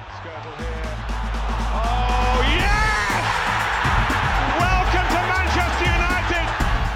Skirtle here. Oh yes! Welcome to Manchester United!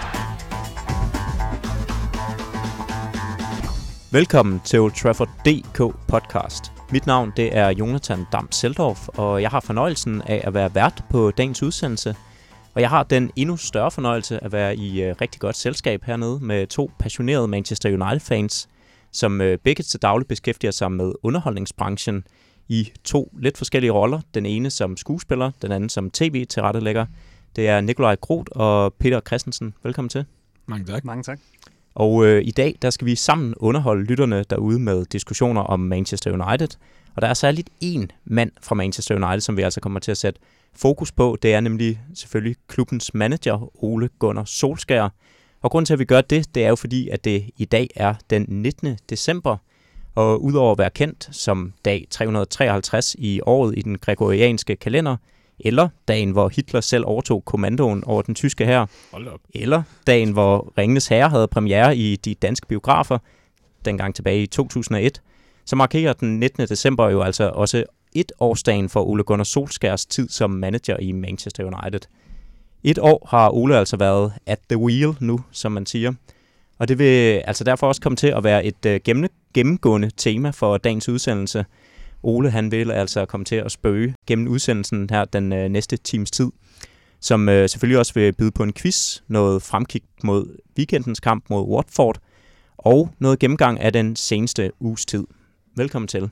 Velkommen til Old Trafford DK podcast. Mit navn det er Jonathan Dam-Seldorf, og jeg har fornøjelsen af at være vært på dagens udsendelse. Og jeg har den endnu større fornøjelse at være i rigtig godt selskab hernede med to passionerede Manchester United-fans, som begge til daglig beskæftiger sig med underholdningsbranchen i to lidt forskellige roller. Den ene som skuespiller, den anden som tv-tilrettelægger. Det er Nikolaj Groth og Peter Christensen. Velkommen til. Mange tak. Mange tak. Og i dag der skal vi sammen underholde lytterne derude med diskussioner om Manchester United. Og der er særligt én mand fra Manchester United, som vi altså kommer til at sætte fokus på. Det er nemlig selvfølgelig klubbens manager, Ole Gunnar Solskjær. Og grunden til, at vi gør det, det er jo fordi, at det i dag er den 19. december. Og udover at være kendt som dag 353 i året i den gregorianske kalender, eller dagen, hvor Hitler selv overtog kommandoen over den tyske hær, eller dagen, hvor Ringenes Herre havde premiere i de danske biografer, dengang tilbage i 2001, så markerer den 19. december jo altså også etårsdagen for Ole Gunnar Solskjærs tid som manager i Manchester United. Et år har Ole altså været at the wheel nu, som man siger. Og det vil altså derfor også komme til at være et gennemgående tema for dagens udsendelse. Ole han vil altså komme til at spøge gennem udsendelsen her den næste times tid, som selvfølgelig også vil byde på en quiz, noget fremkig mod weekendens kamp mod Watford, og noget gennemgang af den seneste uges tid. Velkommen til.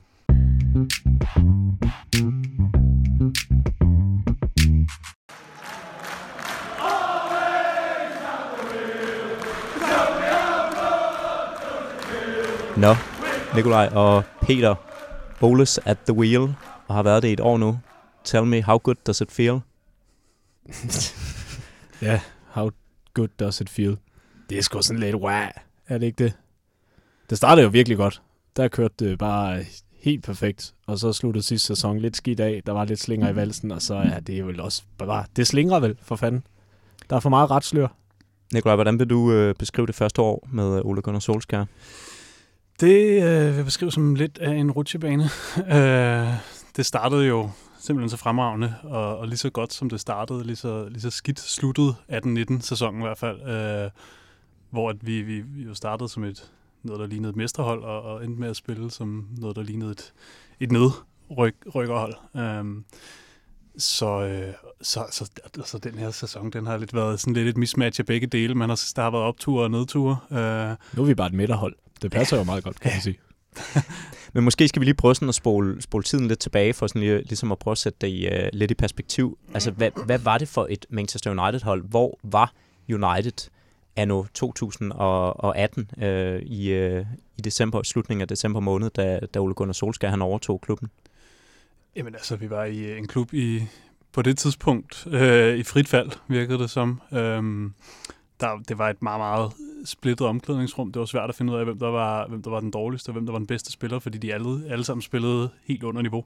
Nå, Nikolaj og Peter, Ole's at the wheel, og har været det i et år nu. Tell me, how good does it feel? Ja, how good does it feel? Det er sgu sådan lidt wow, er det ikke det? Det startede jo virkelig godt. Der kørte det bare helt perfekt, og så sluttede sidste sæson lidt skidt af. Der var lidt slinger i valsen, og så er det vel også bare... Det slingrer vel, for fanden. Der er for meget retslør. Nikolaj, hvordan vil du beskrive det første år med Ole Gunnar Solskjær? Det vil jeg beskrive som lidt af en rutsjebane. Det startede jo simpelthen så fremragende, og lige så godt som det startede, lige så skidt sluttede 18-19 sæsonen i hvert fald, hvor at vi jo startede som noget, der lignede et mesterhold, og endte med at spille som noget, der lignede et nedrykkerhold. Så den her sæson, den har lidt været sådan lidt et mismatch af begge dele. Der har været opture og nedture. Nu er vi bare et midterhold. Det passer jo meget godt, kan man sige. Men måske skal vi lige prøve sådan at spole tiden lidt tilbage, for sådan ligesom at prøve at sætte det lidt i perspektiv. Altså, hvad var det for et Manchester United-hold? Hvor var United anno 2018 i december, slutningen af december måned, da Ole Gunnar Solskjær han overtog klubben? Jamen altså, vi var i en klub på det tidspunkt i frit fald, virkede det som. Det var et meget, meget splittet omklædningsrum. Det var svært at finde ud af, hvem der var den dårligste, og hvem der var den bedste spiller, fordi de alle sammen spillede helt under niveau.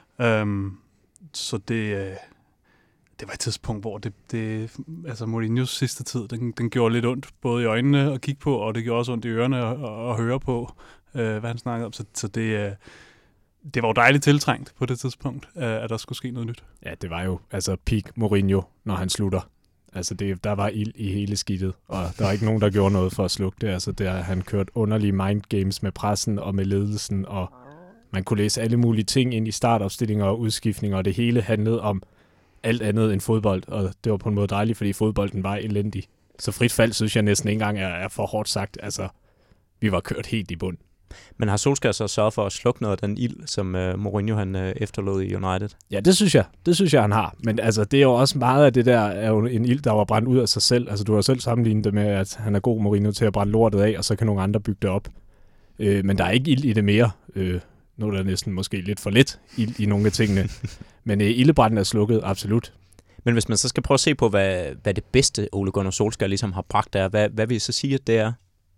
Så det var et tidspunkt, hvor altså Mourinhos sidste tid, den gjorde lidt ondt, både i øjnene at kigge på, og det gjorde også ondt i ørerne at høre på, hvad han snakkede om. Så det var jo dejligt tiltrængt på det tidspunkt, at der skulle ske noget nyt. Ja, det var jo altså peak Mourinho, når han slutter. Altså der var ild i hele skidtet, og der var ikke nogen, der gjorde noget for at slukke det. Altså han kørt underlige mindgames med pressen og med ledelsen, og man kunne læse alle mulige ting ind i startopstillinger og udskiftninger, og det hele handlede om alt andet end fodbold, og det var på en måde dejligt, fordi fodbolden var elendig. Så frit fald, synes jeg næsten ikke engang er for hårdt sagt. Altså, vi var kørt helt i bund. Men har Solskjær så sørget for at slukke noget af den ild, som Mourinho han efterlod i United? Ja, det synes jeg. Det synes jeg, han har. Men altså, det er jo også meget af det der, er jo en ild, der var brændt ud af sig selv. Altså, du har selv sammenlignet det med, at han er god, Mourinho, til at brænde lortet af, og så kan nogle andre bygge det op. Men der er ikke ild i det mere. Nu er der næsten måske lidt for lidt ild i nogle af tingene. Men ildebranden er slukket, absolut. Men hvis man så skal prøve at se på, hvad det bedste Ole Gunnar Solskjær ligesom har bragt er, hvad vil I så sige, at det er?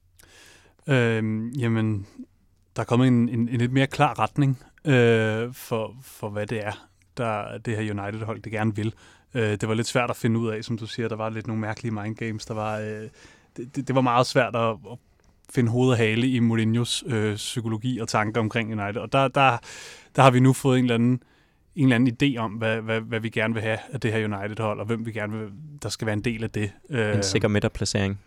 Jamen, der er kommet en lidt mere klar retning for hvad det er, det her United-hold, det gerne vil. Det var lidt svært at finde ud af, som du siger. Der var lidt nogle mærkelige mindgames. Der var, det var meget svært at finde hoved og hale i Mourinhos psykologi og tanker omkring United. Og der har vi nu fået en eller anden idé om, hvad vi gerne vil have af det her United-hold, og hvem vi gerne vil, der skal være en del af det. En sikker midterplacering.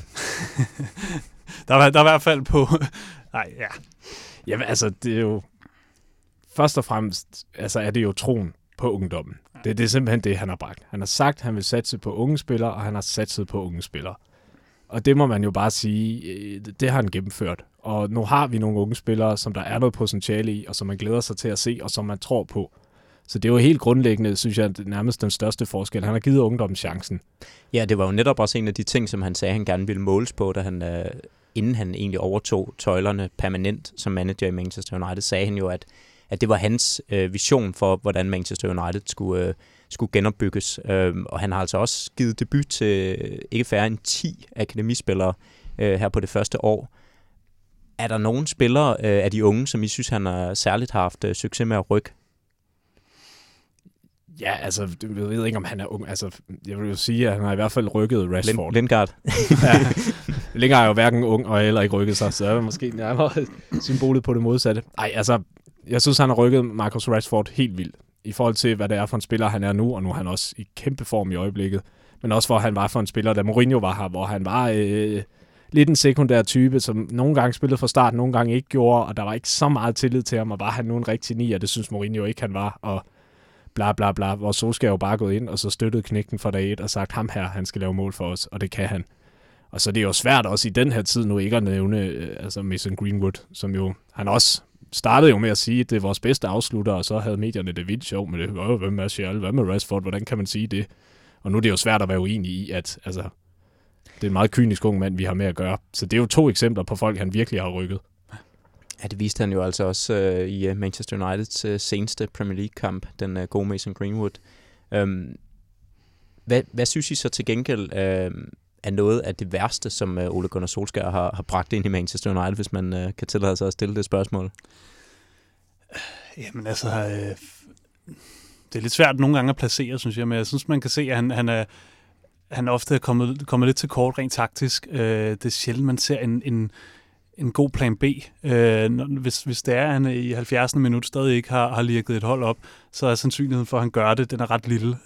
Der er i hvert fald på... Nej, ja. Jamen, altså, det er jo... Først og fremmest, altså, er det jo troen på ungdommen. Det er simpelthen det, han har bragt. Han har sagt, at han vil satse på unge spillere, og han har satset på unge spillere. Og det må man jo bare sige, det har han gennemført. Og nu har vi nogle unge spillere, som der er noget potentiale i, og som man glæder sig til at se, og som man tror på. Så det er jo helt grundlæggende, synes jeg, nærmest den største forskel. Han har givet ungdommen chancen. Ja, det var jo netop også en af de ting, som han sagde, han gerne ville måles på, da han, inden han egentlig overtog tøjlerne permanent som manager i Manchester United, sagde han jo, at det var hans vision for, hvordan Manchester United skulle genopbygges. Og han har altså også givet debut til ikke færre end 10 akademispillere her på det første år. Er der nogen spillere af de unge, som I synes, han har særligt haft succes med at rykke? Ja, altså, jeg ved ikke, om han er ung. Altså, jeg vil jo sige, at han har i hvert fald rykket Rashford. Lingard. Ja. Lingard er jo hverken ung og heller ikke rykket sig, så er det måske nærmere symbolet på det modsatte. Ej, altså, jeg synes, han har rykket Marcus Rashford helt vildt. I forhold til, hvad det er for en spiller, han er nu, og nu er han også i kæmpe form i øjeblikket. Men også, hvor han var for en spiller, da Mourinho var her, hvor han var lidt en sekundær type, som nogle gange spillede fra start, nogle gange ikke gjorde, og der var ikke så meget tillid til ham, og var han nu en rigtig nier, det synes Mourinho ikke, han var, og bla bla bla, hvor Solskjaer jo bare gået ind, og så støttede knægten fra dag 1, og sagt, ham her, han skal lave mål for os, og det kan han. Og så det er jo svært også i den her tid nu ikke at nævne, altså Mason Greenwood, som jo, han også startede jo med at sige, at det er vores bedste afslutter, og så havde medierne det vildt sjov med det. Hvad med Martial? Hvad med Rashford? Hvordan kan man sige det? Og nu er det jo svært at være uenig i, at altså, det er en meget kynisk ung mand, vi har med at gøre. Så det er jo 2 eksempler på folk, han virkelig har rykket. Ja, det viste han jo altså også i Manchester Uniteds seneste Premier League-kamp, den gode Mason Greenwood. Hvad synes I så til gengæld er noget af det værste, som Ole Gunnar Solskjaer har bragt ind i Manchester United, hvis man kan tillade sig at stille det spørgsmål? Jamen altså, det er lidt svært nogle gange at placere, synes jeg, men jeg synes, man kan se, at han ofte er kommet lidt til kort rent taktisk. Det er sjældent, man ser en god plan B. Hvis det er, at han i 70. minut stadig ikke har lirket et hold op, så er sandsynligheden for, at han gør det, den er ret lille.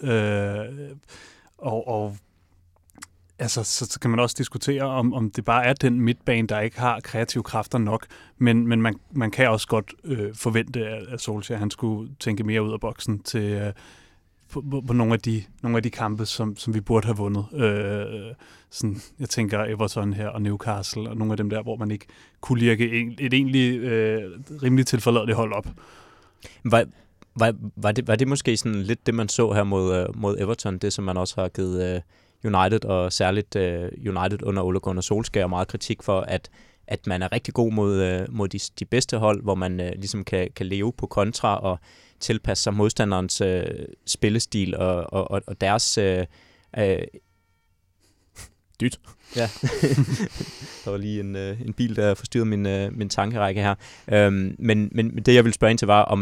Og altså, så kan man også diskutere, om det bare er den midtbane, der ikke har kreative kræfter nok, men man kan også godt forvente, at Solskjaer han skulle tænke mere ud af boksen til på nogle af de kampe, som vi burde have vundet. Sådan, jeg tænker Everton her og Newcastle og nogle af dem der, hvor man ikke kunne lirke et egentlig rimelig tilforladeligt hold op. Var det måske sådan lidt det, man så her mod Everton, det som man også har givet United, og særligt United under Ole Gunnar Solskjaer meget kritik for, at man er rigtig god mod de bedste hold, hvor man ligesom kan leve på kontra og tilpasse sig modstanderens spillestil og deres dyt. Ja. Der var lige en bil, der forstyrrede min tankerække her. Men det, jeg ville spørge ind til, var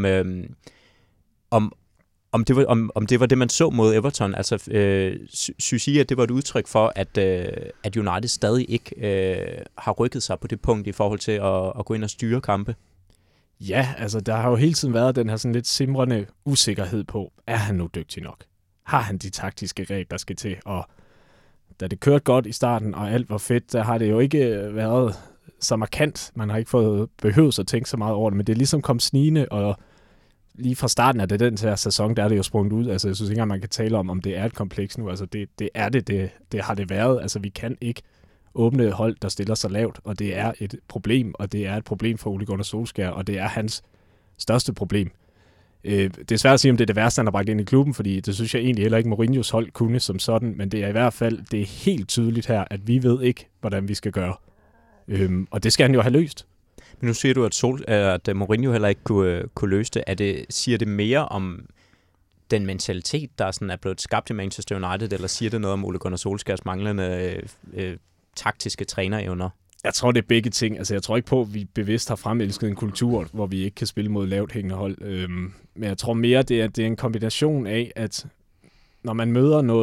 om det var det, man så mod Everton. Altså, synes I, at det var et udtryk for, at United stadig ikke har rykket sig på det punkt i forhold til at gå ind og styre kampe? Ja, altså der har jo hele tiden været den her sådan lidt simrende usikkerhed på, er han nu dygtig nok? Har han de taktiske greb, der skal til? Og da det kørte godt i starten, og alt var fedt, der har det jo ikke været så markant. Man har ikke fået behøvet at tænke så meget over det, men det er ligesom kom snigende, og lige fra starten af den her sæson, der er det jo sprunget ud. Altså jeg synes ikke engang, man kan tale om det er et kompleks nu. Altså det er det har det været. Altså vi kan ikke åbne hold, der stiller sig lavt, og det er et problem, og det er et problem for Ole Gunnar Solskjaer, og det er hans største problem. Det er svært at sige, om det er det værste, han har bragt ind i klubben, fordi det synes jeg egentlig heller ikke, Mourinhos hold kunne som sådan, men det er i hvert fald, det er helt tydeligt her, at vi ved ikke, hvordan vi skal gøre. Og det skal han jo have løst. Men nu siger du, at Mourinho heller ikke kunne løse det. Siger det mere om den mentalitet, der sådan er blevet skabt i Manchester United, eller siger det noget om Ole Gunnar Solskjaers manglende taktiske trænerevner? Jeg tror, det er begge ting. Altså, jeg tror ikke på, at vi bevidst har fremelsket en kultur, hvor vi ikke kan spille mod lavt hængende hold. Men jeg tror mere, det er en kombination af, at når man møder noget,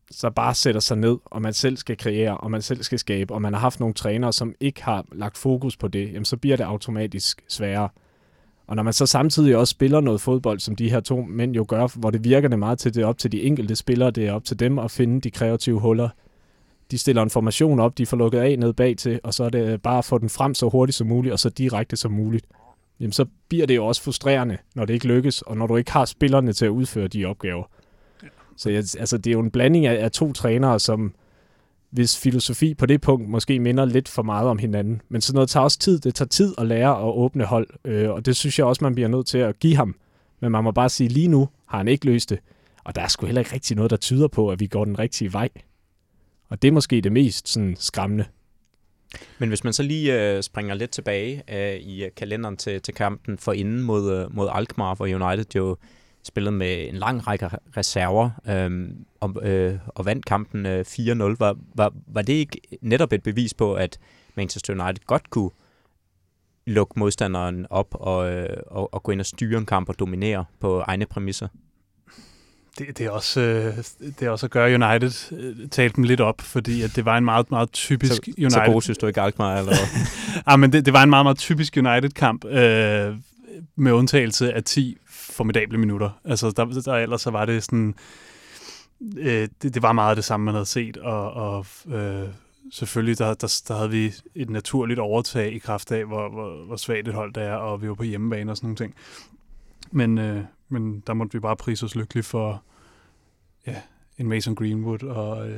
så bare sætter sig ned, og man selv skal kreere, og man selv skal skabe, og man har haft nogle trænere, som ikke har lagt fokus på det, jamen så bliver det automatisk sværere. Og når man så samtidig også spiller noget fodbold, som de her to mænd jo gør, hvor det virker det meget til, det er op til de enkelte spillere, det er op til dem at finde de kreative huller. De stiller en formation op, de får lukket af ned bag til, og så er det bare at få den frem så hurtigt som muligt, og så direkte som muligt. Jamen så bliver det jo også frustrerende, når det ikke lykkes, og når du ikke har spillerne til at udføre de opgaver. Så det er jo en blanding af to trænere, som hvis filosofi på det punkt måske minder lidt for meget om hinanden. Men sådan noget tager også tid. Det tager tid at lære at åbne hold, og det synes jeg også, man bliver nødt til at give ham. Men man må bare sige, lige nu har han ikke løst det, og der er sgu heller ikke rigtig noget, der tyder på, at vi går den rigtige vej. Og det er måske det mest sådan skræmmende. Men hvis man så lige springer lidt tilbage i kalenderen til kampen for inden mod Alkmaar, hvor United jo spillede med en lang række reserver og vandt kampen 4-0. Var det ikke netop et bevis på, at Manchester United godt kunne lukke modstanderen op og gå ind og styre en kamp og dominere på egne præmisser? Det er også at gøre United tale dem lidt op, fordi at det var en meget, meget typisk United... Så god synes du ikke Alkmaar, eller hvad? men det var en meget, meget typisk United-kamp, med undtagelse af 10 formidable minutter. Altså, der ellers så var det sådan... Det var meget det samme, man havde set, og selvfølgelig der havde vi et naturligt overtag i kraft af, hvor svagt et hold det er, og vi var på hjemmebane og sådan nogle ting. Men der måtte vi bare prise os lykkelige for en Mason Greenwood og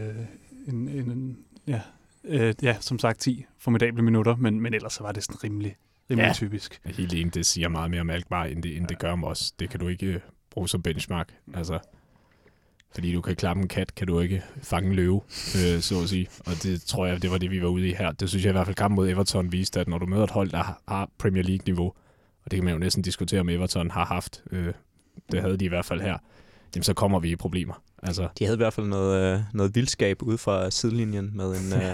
som sagt 10 formidable minutter, men ellers så var det sådan rimelig typisk. Helt enig, det siger meget mere om Alkmaar, end det gør om os. Det kan du ikke bruge som benchmark. Altså, fordi du kan klappe en kat, kan du ikke fange en løve, så at sige. Og det tror jeg, det var det, vi var ude i her. Det synes jeg i hvert fald kampen mod Everton viste, at når du møder et hold, der har Premier League-niveau, og det kan man jo næsten diskutere, om Everton har haft, det havde de i hvert fald her, jamen så kommer vi i problemer. Altså. De havde i hvert fald noget vildskab ude fra sidelinjen med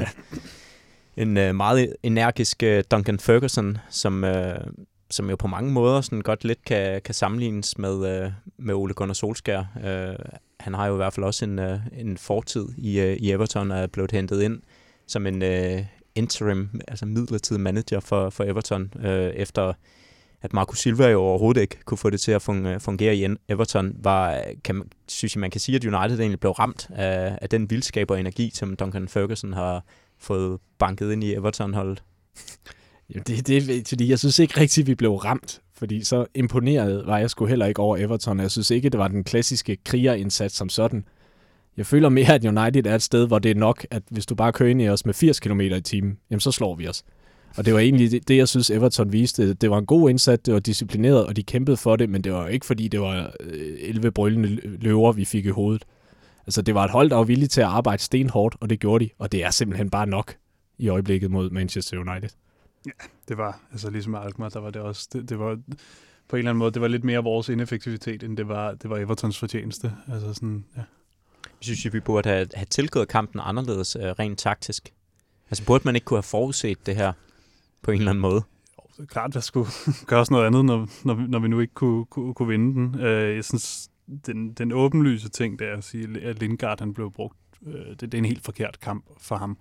en meget energisk Duncan Ferguson, som jo på mange måder sådan godt lidt kan sammenlignes med Ole Gunnar Solskjær. Han har jo i hvert fald også en fortid i Everton og er blevet hentet ind som en interim, altså midlertidig manager for Everton, efter at Marco Silva jo overhovedet ikke kunne få det til at fungere i Everton, synes jeg, man kan sige, at United egentlig blev ramt af den vildskab og energi, som Duncan Ferguson har fået banket ind i Everton-holdet. Jamen det fordi jeg synes ikke rigtigt, vi blev ramt, fordi så imponeret var jeg sgu heller ikke over Everton. Jeg synes ikke, det var den klassiske krigerindsats som sådan. Jeg føler mere, at United er et sted, hvor det er nok, at hvis du bare kører ind i os med 80 km i timen, jamen så slår vi os. Og det var egentlig det, jeg synes, Everton viste. Det var en god indsats, det var disciplineret, og de kæmpede for det, men det var jo ikke, fordi det var 11 brølende løver, vi fik i hovedet. Altså, det var et hold, der var villige til at arbejde stenhårdt, og det gjorde de, og det er simpelthen bare nok i øjeblikket mod Manchester United. Ja, det var, altså ligesom Alkmaar, der var det også, det var på en eller anden måde, det var lidt mere vores ineffektivitet, end det var Evertons fortjeneste. Altså sådan, ja. Jeg synes, vi burde have tilgået kampen anderledes rent taktisk. Altså, burde man ikke kunne have forudset det her på en eller anden måde? Det er klart, der skulle gøres noget andet, når vi nu ikke kunne vinde den. Jeg synes, den åbenlyse ting, der at sige, at Lingard han blev brugt, det er en helt forkert kamp for ham.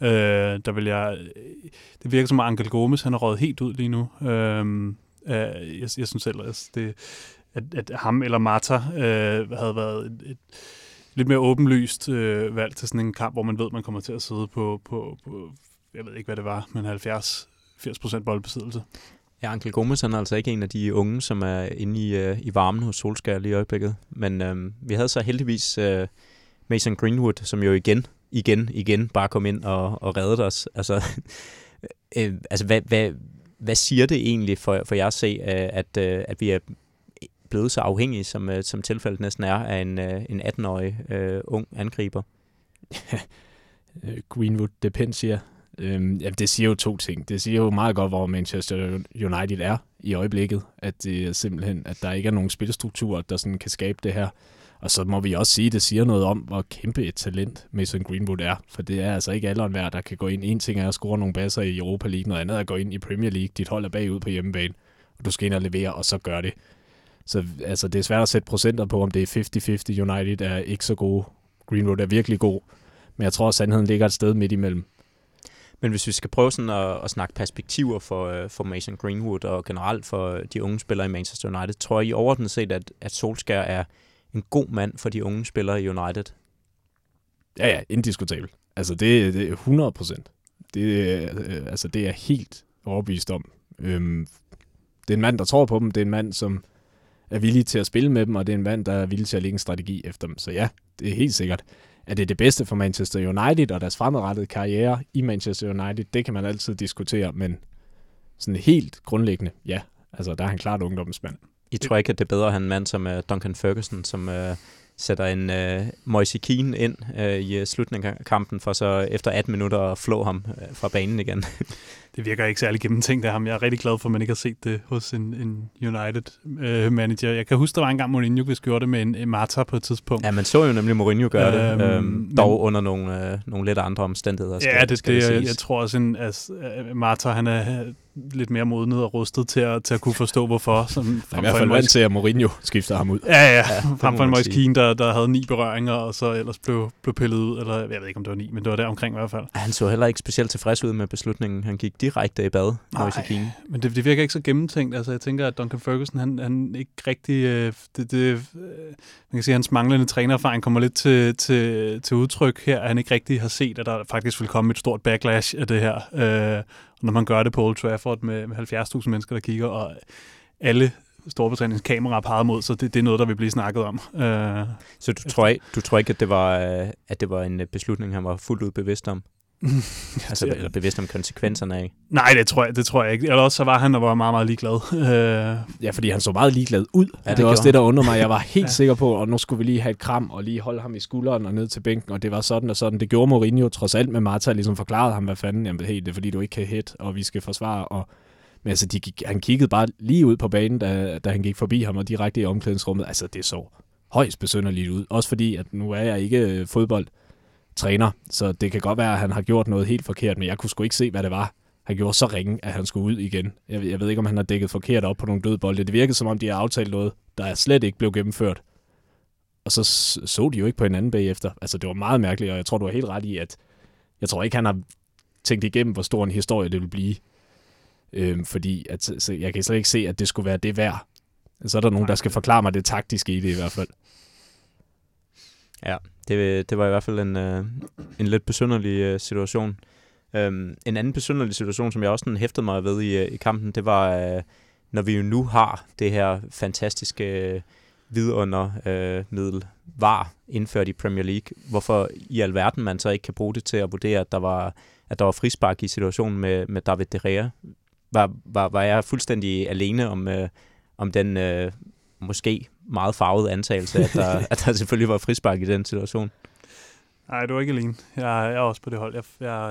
Det virker som, at Angel Gomes han er røget helt ud lige nu. Jeg synes ellers, at ham eller Mata havde været et lidt mere åbenlyst valg til sådan en kamp, hvor man ved, man kommer til at sidde på jeg ved ikke, hvad det var, men 80% boldbesiddelse. Ja, Angel Gomes han er altså ikke en af de unge, som er inde i varmen hos Solskjær lige i øjeblikket. Men vi havde så heldigvis Mason Greenwood, som jo igen bare kom ind og reddede os. Altså, hvad siger det egentlig for jer at se, at vi er blevet så afhængige, som tilfældet næsten er, af en 18-årig ung angriber? Greenwood dependency. Det siger jo to ting. Det siger jo meget godt, hvor Manchester United er i øjeblikket. At det er simpelthen, at der ikke er nogen spillestruktur, der sådan kan skabe det her. Og så må vi også sige, at det siger noget om, hvor kæmpe et talent Mason Greenwood er. For det er altså ikke alle og enhver, der kan gå ind. En ting er at score nogle basser i Europa League, noget andet er at gå ind i Premier League. Dit hold er bagud på hjemmebane, og du skal ind og levere, og så gør det. Så altså, det er svært at sætte procenter på, om det er 50-50. United er ikke så gode. Greenwood er virkelig god. Men jeg tror, at sandheden ligger et sted midt imellem. Men hvis vi skal prøve sådan at snakke perspektiver for Mason Greenwood og generelt for de unge spillere i Manchester United, tror jeg i overordnet set, at Solskjaer er en god mand for de unge spillere i United? Ja, indiskutabelt. Altså, det er 100%. Det er helt overbevist om. Det er en mand, der tror på dem. Det er en mand, som er villig til at spille med dem, og det er en mand, der er villig til at lægge en strategi efter dem. Så ja, det er helt sikkert. Er det bedste for Manchester United og deres fremadrettede karriere i Manchester United? Det kan man altid diskutere, men sådan helt grundlæggende, ja. Altså, der er han klart ungdomsmand. I tror ikke, at det er bedre at have en mand som Duncan Ferguson, som sætter en Moise Kean ind i slutningen af kampen, for så efter 18 minutter at flå ham fra banen igen. Det virker ikke særlig gennemtænkt af ham. Jeg er rigtig glad for, at man ikke har set det hos en United-manager. Jeg kan huske, der var engang Mourinho, vi gjorde det med en Marta på et tidspunkt. Ja, man så jo nemlig Mourinho gøre det, dog under nogle lidt andre omstændigheder. Jeg tror også, at Marta han er lidt mere modnet og rustet til at kunne forstå, hvorfor. Som i hvert fald vant til, at Mourinho skifter ham ud. Ja. Frem for en Moise Kean, der havde 9 berøringer, og så ellers blev pillet ud. Eller jeg ved ikke, om det var 9, men det var der omkring i hvert fald. Han så heller ikke specielt tilfreds ud med beslutningen. Han gik direkte i bad, Moise Kean. Men det virker ikke så gennemtænkt. Altså, jeg tænker, at Duncan Ferguson, han ikke rigtig... man kan sige, at hans manglende trænererfaring kommer lidt til udtryk her, at han ikke rigtig har set, at der faktisk vil komme et stort backlash af det her. Når man gør det på Old Trafford med 70.000 mennesker, der kigger, og alle Storbritanniens kameraer peget mod, så det er noget, der vil blive snakket om. Så du tror ikke, at det var en beslutning, han var fuldt ud bevidst om? Eller bevidst om konsekvenserne af? Nej, det tror jeg ikke. Eller også så var han, der var meget, meget ligeglad. Ja, fordi han så meget ligeglad ud. Ja, det var også det, der undrede mig. Jeg var helt sikker på, og nu skulle vi lige have et kram, og lige holde ham i skulderen og ned til bænken, og det var sådan og sådan. Det gjorde Mourinho trods alt med Marta, ligesom forklarede ham, hvad fanden, jamen hey, det er fordi, du ikke kan hit, og vi skal forsvare. Men altså, han kiggede bare lige ud på banen, da han gik forbi ham, og direkte i omklædningsrummet. Altså, det så højst besynderligt ud. Også fordi, at nu er jeg ikke fodboldtræner, så det kan godt være, at han har gjort noget helt forkert, men jeg kunne sgu ikke se, hvad det var. Han gjorde så ringe, at han skulle ud igen. Jeg ved ikke, om han har dækket forkert op på nogle døde bolde. Det virkede, som om de har aftalt noget, der slet ikke blev gennemført. Og så de jo ikke på hinanden bagefter. Altså, det var meget mærkeligt, og jeg tror, du har helt ret i, at jeg tror ikke, han har tænkt igennem, hvor stor en historie det vil blive. Fordi jeg kan slet ikke se, at det skulle være det værd. Så er der nogen, der skal forklare mig det taktiske i det i hvert fald. Ja, det var i hvert fald en lidt besynderlig situation. En anden besynderlig situation, som jeg også hæftede mig ved i kampen, det var, når vi jo nu har det her fantastiske vidundermiddel VAR indført i Premier League. Hvorfor i alverden man så ikke kan bruge det til at vurdere, at der var frispark i situationen med David De Gea? Var jeg fuldstændig alene om den måske meget farvede antagelse, at der selvfølgelig var frispark i den situation? Nej, du er ikke alene. Jeg er også på det hold.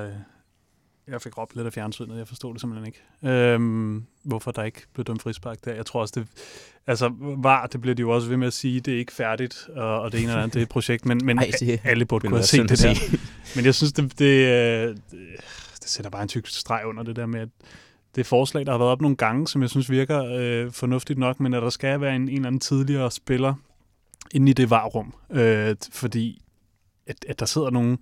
Jeg fik råbt lidt af fjernsynet. Jeg forstod det simpelthen ikke. Hvorfor der ikke blev dømt frispark der. Jeg tror også, VAR, det bliver de jo også ved med at sige, det er ikke færdigt, og det ene eller andet, det er et projekt, men alle burde kunne have set det der. Men jeg synes, det sætter bare en tyk streg under det der med, at det forslag, der har været op nogle gange, som jeg synes virker fornuftigt nok, men at der skal være en eller anden tidligere spiller inde i det VAR-rum. Fordi at der sidder nogle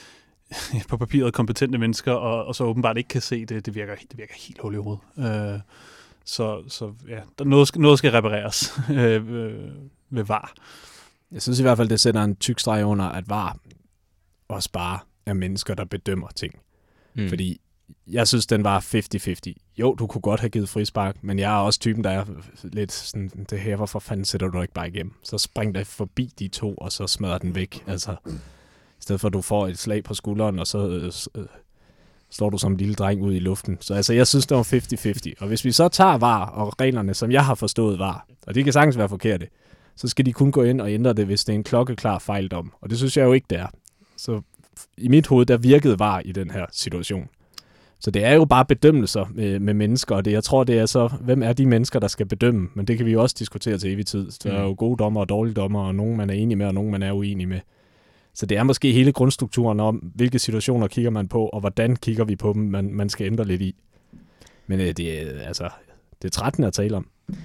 på papiret kompetente mennesker, og så åbenbart ikke kan se det, det virker helt hul i hovedet. Så ja, noget skal repareres ved VAR. Jeg synes i hvert fald, det sætter en tyk streg under, at VAR også bare er mennesker, der bedømmer ting. Fordi jeg synes, den var 50-50. Jo, du kunne godt have givet frispark, men jeg er også typen, der er lidt sådan, det her, hvorfor fanden sætter du ikke bare igennem? Så spring dig forbi de to, og så smadrer den væk. Altså, i stedet for, at du får et slag på skulderen, og så står du som en lille dreng ud i luften. Så altså, jeg synes, det var 50-50. Og hvis vi så tager VAR og reglerne, som jeg har forstået VAR, og det kan sagtens være forkerte, så skal de kun gå ind og ændre det, hvis det er en klokkeklar fejldom. Og det synes jeg jo ikke, det er. Så i mit hoved, der virkede VAR i den her situation. Så det er jo bare bedømmelser med mennesker, og jeg tror, det er så, hvem er de mennesker, der skal bedømme? Men det kan vi jo også diskutere til evig tid. Der er jo gode dommer og dårlige dommer, og nogen man er enig med, og nogen man er uenig med. Så det er måske hele grundstrukturen om, hvilke situationer kigger man på, og hvordan kigger vi på dem, man skal ændre lidt i. Men det er 13 at tale om.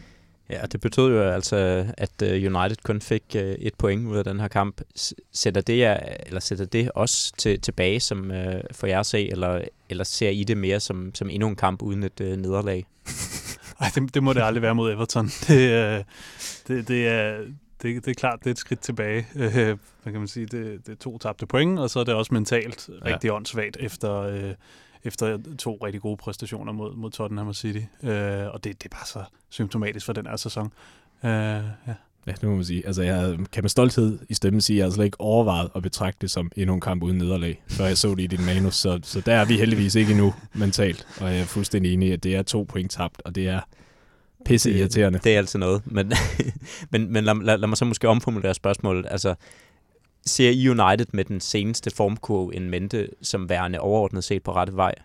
Ja, det betød jo altså, at United kun fik 1 point ud af den her kamp. Sætter det også tilbage som for jer at se, eller ser I det mere som endnu en kamp uden et nederlag? Ej, det må det aldrig være mod Everton. Det er klart, det er et skridt tilbage. Hvad kan man sige? Det er 2 tabte point, og så er det også mentalt rigtig åndssvagt efter 2 rigtig gode præstationer mod Tottenham og City. Og det er bare så symptomatisk for den her sæson. Ja, det må man sige. Altså, jeg kan med stolthed i stemmen sige, at jeg har slet ikke overvejet at betragte det som endnu en kamp uden nederlag, før jeg så det i din manus. Så der er vi heldigvis ikke endnu mentalt, og jeg er fuldstændig enig i, at det er 2 point tabt, og det er pisse irriterende. Det er altid noget, men lad mig så måske omformulere spørgsmålet. Altså, ser I United med den seneste formkurve en mente som værende overordnet set på rette vej?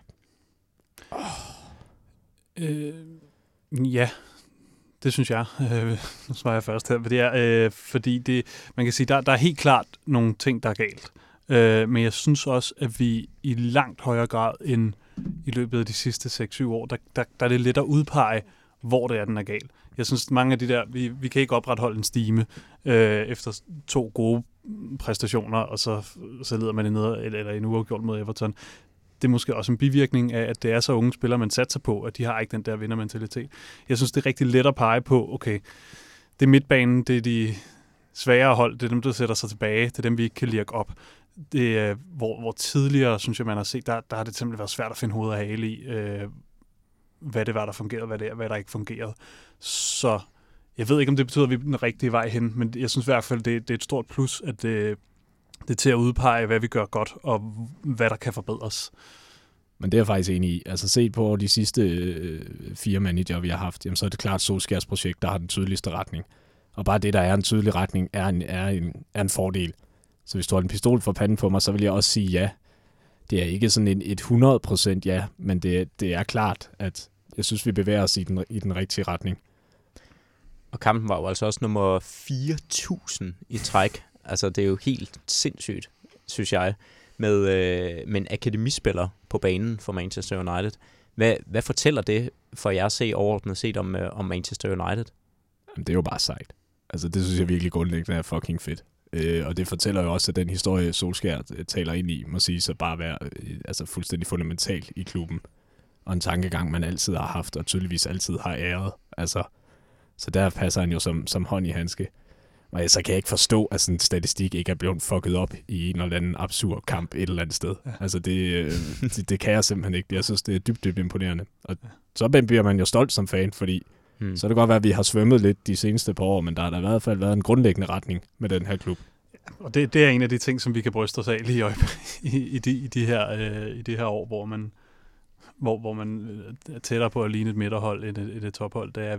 Ja, det synes jeg. Nu svarer jeg først her. Fordi man kan sige, der er helt klart nogle ting, der er galt. Men jeg synes også, at vi i langt højere grad end i løbet af de sidste 6-7 år, der er det let at udpege, hvor det er, den er galt. Jeg synes, mange af de der, vi kan ikke opretholde en stime efter 2 gode præstationer, og så leder man det ned, eller en uafgjort mod Everton. Det er måske også en bivirkning af, at det er så unge spillere, man satser på, at de har ikke den der vindermentalitet. Jeg synes, det er rigtig let at pege på, okay, det er midtbanen, det er de svagere hold, det er dem, der sætter sig tilbage, det er dem, vi ikke kan lirke op. Det er, hvor tidligere, synes jeg, man har set, der har det simpelthen været svært at finde hoved og hale i, hvad det var, der fungerede, hvad der ikke fungerede. Så jeg ved ikke, om det betyder, at vi er den rigtige vej hen, men jeg synes i hvert fald, det er et stort plus, at det er til at udpege, hvad vi gør godt, og hvad der kan forbedres. Men det er jeg faktisk enig i. Altså set på de sidste 4 manager, vi har haft, jamen, så er det klart Solskjærs projekt, der har den tydeligste retning. Og bare det, der er en tydelig retning, er en fordel. Så hvis du har en pistol for panden på mig, så vil jeg også sige ja. Det er ikke sådan et 100% ja, men det er klart, at jeg synes, vi bevæger os i den rigtige retning. Og kampen var jo altså også nummer 4.000 i træk. Altså, det er jo helt sindssygt, synes jeg, med en akademispiller på banen for Manchester United. Hvad fortæller det for jer at se overordnet set om Manchester United? Jamen, det er jo bare sejt. Altså, det synes jeg virkelig grundlæggende er fucking fedt. Og det fortæller jo også, at den historie, Solskjær taler ind i, må sige så bare være fuldstændig fundamental i klubben. Og en tankegang, man altid har haft, og tydeligvis altid har æret. Altså, så der passer han jo som hånd i handske. Og så kan jeg ikke forstå, at sådan en statistik ikke er blevet fucket op i en eller anden absurd kamp et eller andet sted. Ja. Altså, det kan jeg simpelthen ikke. Jeg synes, det er dybt imponerende. Og så bliver man jo stolt som fan, fordi så er det godt være, at vi har svømmet lidt de seneste par år, men der har der i hvert fald været en grundlæggende retning med den her klub. Ja, og det er en af de ting, som vi kan bryste os af lige i de her år, hvor man er tættere på at ligne et midterhold end et tophold. Det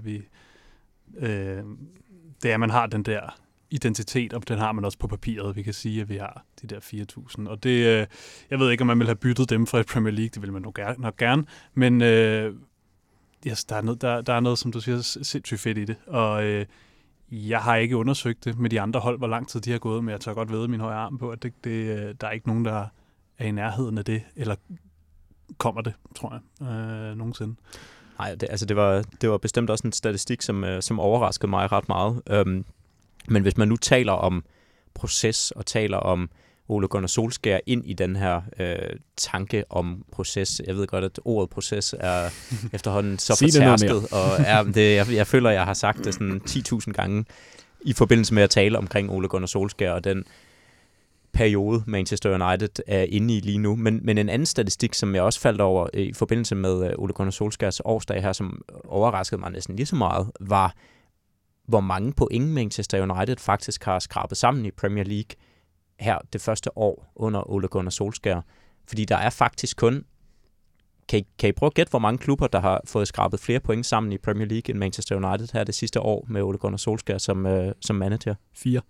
er, at man har den der identitet, og den har man også på papiret. Vi kan sige, at vi har de der 4.000. Og det, jeg ved ikke, om man vil have byttet dem fra et Premier League. Det vil man nok gerne. Men yes, der er noget, som du siger, sindssygt fedt i det. Og jeg har ikke undersøgt det med de andre hold, hvor lang tid de har gået, men jeg tør godt vædde min højre arm på, at der er ikke nogen, der er i nærheden af det, eller kommer det, tror jeg, nogensinde. Nej, det var bestemt også en statistik, som overraskede mig ret meget. Men hvis man nu taler om proces, og taler om Ole Gunnar Solskjær ind i den her tanke om proces. Jeg ved godt, at ordet proces er efterhånden så fortærsket, og jeg føler, at jeg har sagt det sådan 10.000 gange i forbindelse med at tale omkring Ole Gunnar Solskjær og den periode, Manchester United er inde i lige nu. Men en anden statistik, som jeg også faldt over i forbindelse med Ole Gunnar Solskjærs årsdag her, som overraskede mig næsten lige så meget, var, hvor mange point Manchester United faktisk har skrabet sammen i Premier League her det første år under Ole Gunnar Solskjær. Fordi der er faktisk kun... Kan I prøve at gætte, hvor mange klubber, der har fået skrabet flere point sammen i Premier League end Manchester United her det sidste år med Ole Gunnar Solskjær som manager? 4.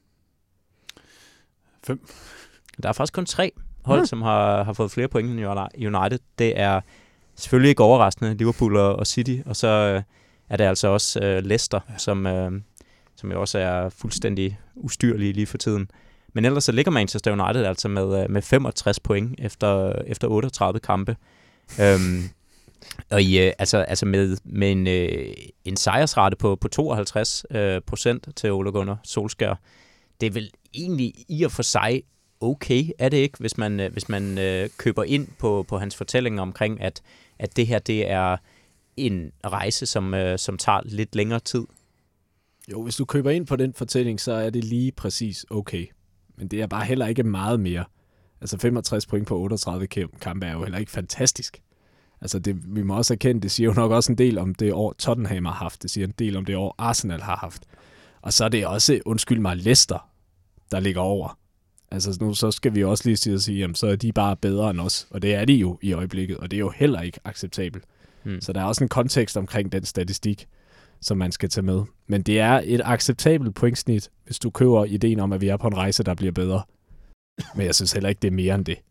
5. Der er faktisk kun 3 hold, som har fået flere point end United. Det er selvfølgelig ikke overraskende, Liverpool og City, og så er det altså også Leicester, som jo også er fuldstændig ustyrlige lige for tiden. Men ellers så ligger Manchester United altså med 65 point efter 38 kampe. Og altså med en sejrsrate på 52% til Ole Gunnar Solskjær, det er vel egentlig i og for sig okay, er det ikke, hvis man køber ind på hans fortælling omkring, at det her, det er en rejse, som tager lidt længere tid. Jo, hvis du køber ind på den fortælling, så er det lige præcis okay. Men det er bare heller ikke meget mere. Altså 65 point på 38 kampe er jo heller ikke fantastisk. Altså vi må også erkende, det siger jo nok også en del om det år Tottenham har haft. Det siger en del om det år Arsenal har haft. Og så er det også, undskyld mig, Leicester, der ligger over. Altså nu så skal vi også lige sige, jamen så er de bare bedre end os. Og det er de jo i øjeblikket, og det er jo heller ikke acceptabelt. Så der er også en kontekst omkring den statistik, som man skal tage med. Men det er et acceptabelt pointsnit, hvis du køber ideen om, at vi er på en rejse, der bliver bedre. Men jeg synes heller ikke, det er mere end det.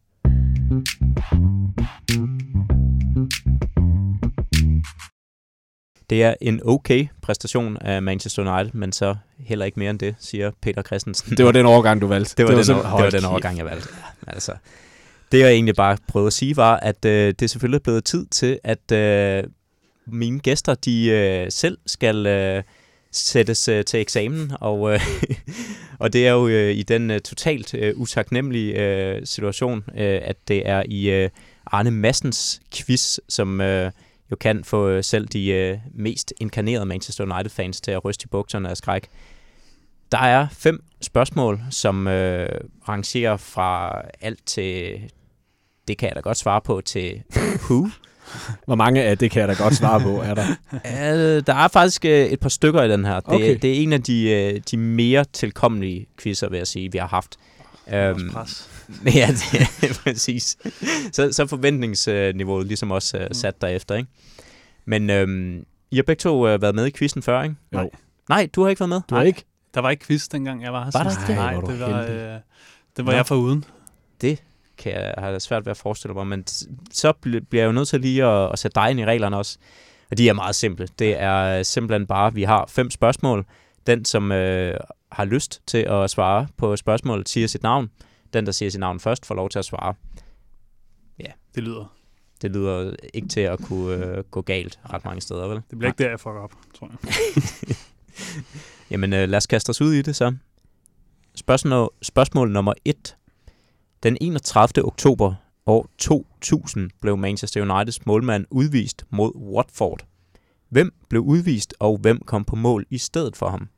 Det er en okay præstation af Manchester United, men så heller ikke mere end det, siger Peter Christensen. Det var den overgang, du valgte. Det var den overgang, jeg valgte. Ja, altså, det jeg egentlig bare prøvede at sige, var, at det er selvfølgelig blevet tid til, at mine gæster, de selv skal sættes til eksamen, og det er jo i den totalt utaknemmelige situation, at det er i Arne Madsens quiz, som jo kan få selv de mest inkarnerede Manchester United-fans til at ryste i bukserne af skræk. Der er 5 spørgsmål, som rangerer fra alt til, det kan jeg da godt svare på, til who. Hvor mange af det kan jeg da godt svare på, er der? Der er faktisk et par stykker i den her. Okay. Det er en af de mere tilkommelige quizzer, vil jeg sige, vi har haft. Ja, det er præcis. Så forventningsniveauet ligesom også sat derefter, ikke? Men I har begge to været med i quizzen før, ikke? Jo. Nej, du har ikke været med? Du har ikke? Der var ikke quiz, dengang jeg var her var sidst. Der? Nej, det var jeg foruden. Det kan jeg have svært ved at forestille mig, men så bliver jeg jo nødt til lige at sætte dig ind i reglerne også. Og de er meget simple. Det er simpelthen bare, vi har 5 spørgsmål. Den, som har lyst til at svare på spørgsmålet, siger sit navn. Den, der siger sit navn først, får lov til at svare. Ja. Det lyder ikke til at kunne gå galt ret mange steder, vel? Det bliver ikke der, jeg fucker op, tror jeg. Jamen, lad os kaste os ud i det så. Spørgsmål nummer 1. Den 31. oktober år 2000 blev Manchester Uniteds målmand udvist mod Watford. Hvem blev udvist, og hvem kom på mål i stedet for ham?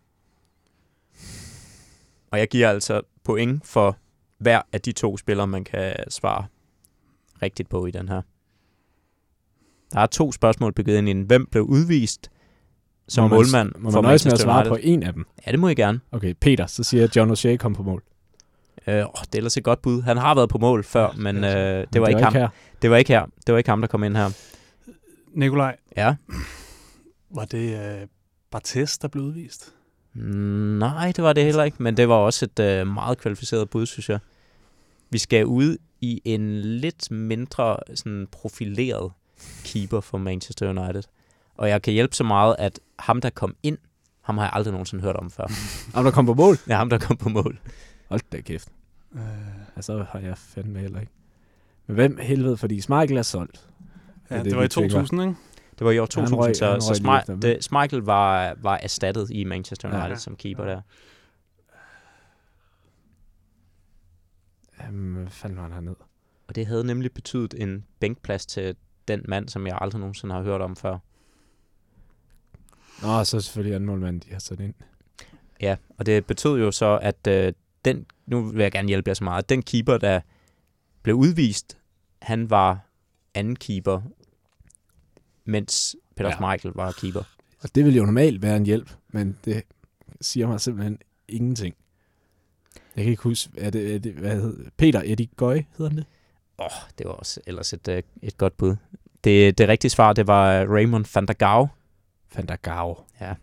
Og jeg giver altså point for hver af de 2 spillere, man kan svare rigtigt på i den her. Der er 2 spørgsmål bygget ind i den. Hvem blev udvist som målmand for Manchester United? Må man nøjes med at svare på en af dem? Ja, det må I gerne. Okay, Peter, så siger John O'Shea kom på mål. Det er ellers et godt bud. Han har været på mål før, men det var ikke ham. Her. Det var ikke her. Det var ikke ham, der kom ind her. Nikolaj. Ja? Var det Barthez, der blev udvist? Nej, det var det heller ikke, men det var også et meget kvalificeret bud, synes jeg. Vi skal ud i en lidt mindre sådan profileret keeper for Manchester United. Og jeg kan hjælpe så meget, at ham, der kom ind, ham har jeg aldrig nogensinde hørt om før. Ham, der kom på mål? Ja, ham, der kom på mål. Hold da kæft. Så har jeg fandme heller ikke. Men hvem helvede, fordi Schmeichel er solgt. Ja, det var i 2000, ikke? Det var i år 2000, så Schmeichel var erstattet i Manchester United som keeper der. Hvad fanden var han hernede? Og det havde nemlig betydet en bænkplads til den mand, som jeg aldrig nogensinde har hørt om før. Nå, så selvfølgelig anden målmand, de har sat ind. Ja, og det betød jo så, at nu vil jeg gerne hjælpe jer så meget, den keeper, der blev udvist, han var anden keeper, mens Peter Schmeichel var keeper. Og det ville jo normalt være en hjælp, men det siger mig simpelthen ingenting. Jeg kan ikke huske, hvad hedder Peter Eddie Goy, hedder han det? Det var også ellers et godt bud. Det rigtige svar, det var Raymond van der Gaal. Van der Gaal. Ja.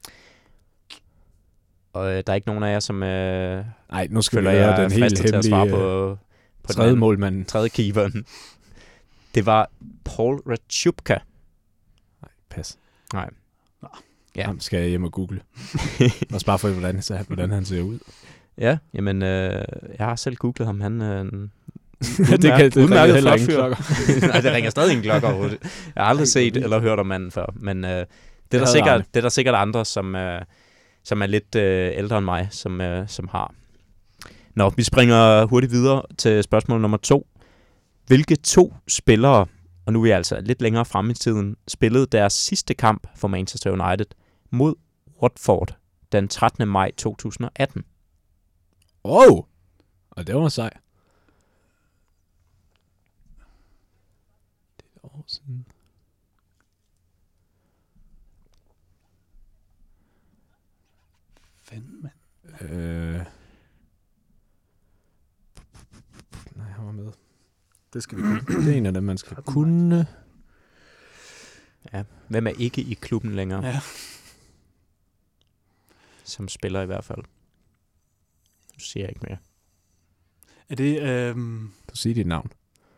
Og der er ikke nogen af jer, som nej, nu skal vi gøre den helt hemmelige på tredje målmanden. Tredje keeperen. Det var Paul Ratschupka. Nej, pas. Nej. Ja. Ham skal jeg hjem og google. Også bare for, hvordan han ser ud. Ja, jamen, jeg har selv googlet ham. Han Udmærket heller flot ingen fyr. klokker. Nej, det ringer stadig ingen klokker overhovedet. Jeg har aldrig set eller hørt om manden før, men det er der sikkert andre, som er lidt ældre end mig, som har. Nå, vi springer hurtigt videre til spørgsmål nummer 2. Hvilke 2 spillere, og nu er vi altså lidt længere frem i tiden, spillede deres sidste kamp for Manchester United mod Watford den 13. maj 2018? Og det var sej. Det er et år siden. Fanden, mand. Nej, han var med. Det skal vi kunne. Det er en af dem, man skal kunne. Ja, hvem er ikke i klubben længere? Ja. Som spiller i hvert fald. Nu siger jeg ikke mere. Er det... Du siger dit navn.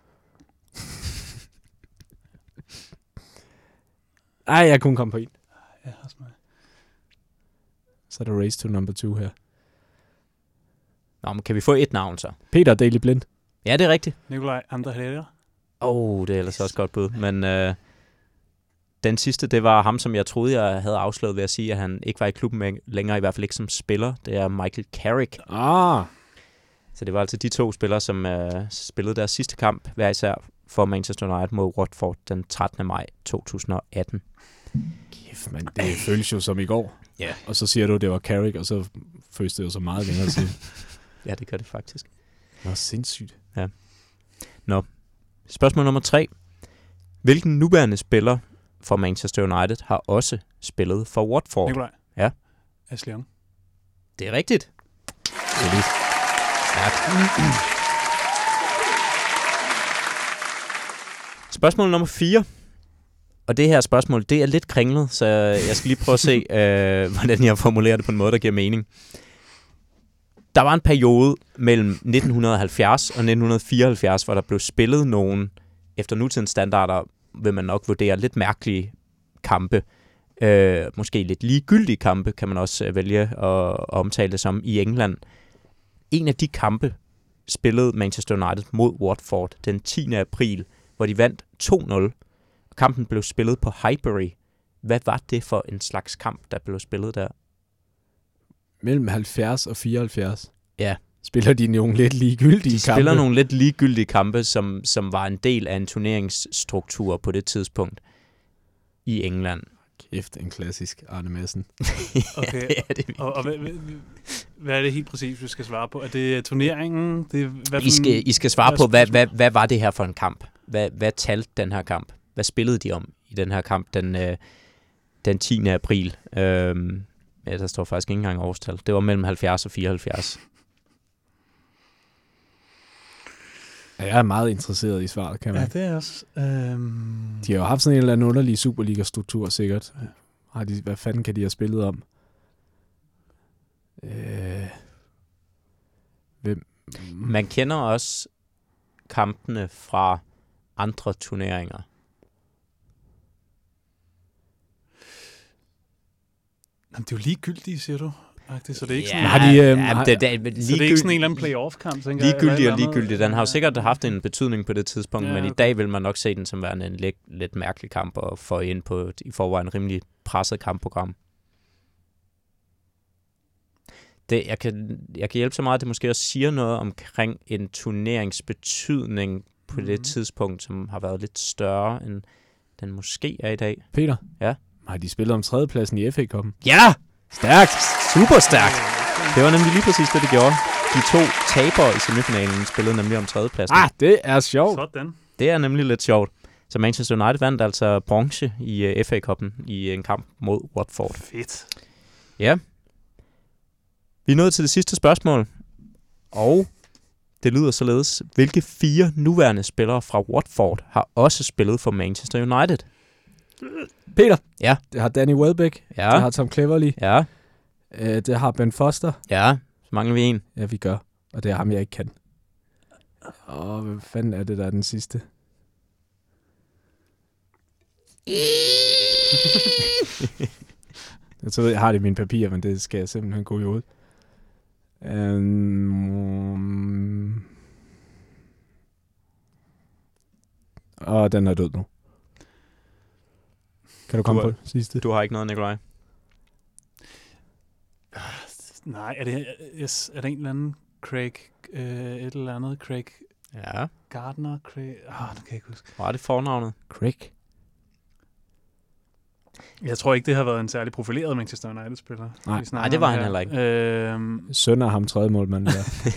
Ej, jeg kunne komme på en. Ja, også mig. Så er der race to number 2 her. Nå, men kan vi få et navn så? Peter Daily Blind. Ja, det er rigtigt. Nikolaj Andre Herrera. Det er ellers også godt bud. Men den sidste, det var ham, som jeg troede, jeg havde afsløret ved at sige, at han ikke var i klubben længere, i hvert fald ikke som spiller. Det er Michael Carrick. Så det var altså de 2 spillere, som spillede deres sidste kamp, hver især for Manchester United mod Watford den 13. maj 2018. Kæft, man, det føles jo som i går. Ja. Yeah. Og så siger du, at det var Carrick, og så føles det jo så meget længere siden. Ja, det gør det faktisk. Det var sindssygt. Ja. Nå. Spørgsmål nummer 3. Hvilken nuværende spiller for Manchester United har også spillet for Watford? Nikolaj. Ja. Ashley Young. Det er rigtigt. Solid. Spørgsmål nummer 4. Og det her spørgsmål, det er lidt kringlet, så jeg skal lige prøve at se, hvordan jeg formulerer det på en måde, der giver mening. Der var en periode mellem 1970 og 1974, hvor der blev spillet nogle, efter nutidens standarder, vil man nok vurdere lidt mærkelige kampe. Måske lidt ligegyldige kampe, kan man også vælge at omtale det som, i England. En af de kampe spillede Manchester United mod Watford den 10. april, hvor de vandt 2-0. Kampen blev spillet på Highbury. Hvad var det for en slags kamp, der blev spillet der? Mellem 70 og 74. Ja. Spiller de nogle lidt ligegyldige kampe? De spiller nogle lidt ligegyldige kampe, som var en del af en turneringsstruktur på det tidspunkt i England. Kæft, en klassisk Arne Madsen. Okay, og hvad er det helt præcis, vi skal svare på? Er det turneringen? I skal svare på, hvad var det her for en kamp? Hvad talte den her kamp? Hvad spillede de om i den her kamp den 10. april? Ja, der står faktisk ikke engang årstal. Det var mellem 70 og 74. Ja, jeg er meget interesseret i svaret, kan man. Ja, det er også. De har jo haft sådan en eller anden underlig Superliga-struktur, sikkert. Hvad fanden kan de have spillet om? Hvem? Man kender også kampene fra andre turneringer. Jamen, det er jo ligegyldigt, siger du. Så det er ikke sådan, så det er ikke sådan en eller anden playoff-kamp, tænker jeg. Ligegyldigt. Den har jo sikkert haft en betydning på det tidspunkt, men i dag vil man nok se den som værende en lidt mærkelig kamp og få ind på et i forvejen rimelig presset kampprogram. Jeg kan hjælpe så meget, at det måske også siger noget omkring en turneringsbetydning på det tidspunkt, som har været lidt større, end den måske er i dag. Peter? Ja? Har de spillet om tredjepladsen i FA-cupen? Ja! Stærkt! Super stærkt! Det var nemlig lige præcis det, det gjorde. De 2 tabere i semifinalen spillede nemlig om tredjepladsen. Det er sjovt. Sådan. Det er nemlig lidt sjovt. Så Manchester United vandt altså bronze i FA-cupen i en kamp mod Watford. Fedt. Ja. Vi er nået til det sidste spørgsmål. Og det lyder således. Hvilke 4 nuværende spillere fra Watford har også spillet for Manchester United? Peter? Ja. Det har Danny Welbeck. Ja. Det har Tom Cleverley. Ja. Det har Ben Foster. Ja, så mangler vi en. Ja, vi gør. Og det er ham, jeg ikke kan. Hvad fanden er det, der er den sidste? Jeg tror, jeg har det i mine papirer, men det skal jeg simpelthen gå i hovedet. og den er død nu. Kan du komme på sidste? Du har ikke noget, Nikolaj? Nej, er det en eller anden Craig, et eller andet Craig Ja. Gardner? Craig, det kan jeg ikke huske. Hvor er det fornavnet? Craig? Jeg tror ikke, det har været en særlig profileret Manchester United-spiller. Nej, det var han heller ikke. Søn af ham tredje målmand der.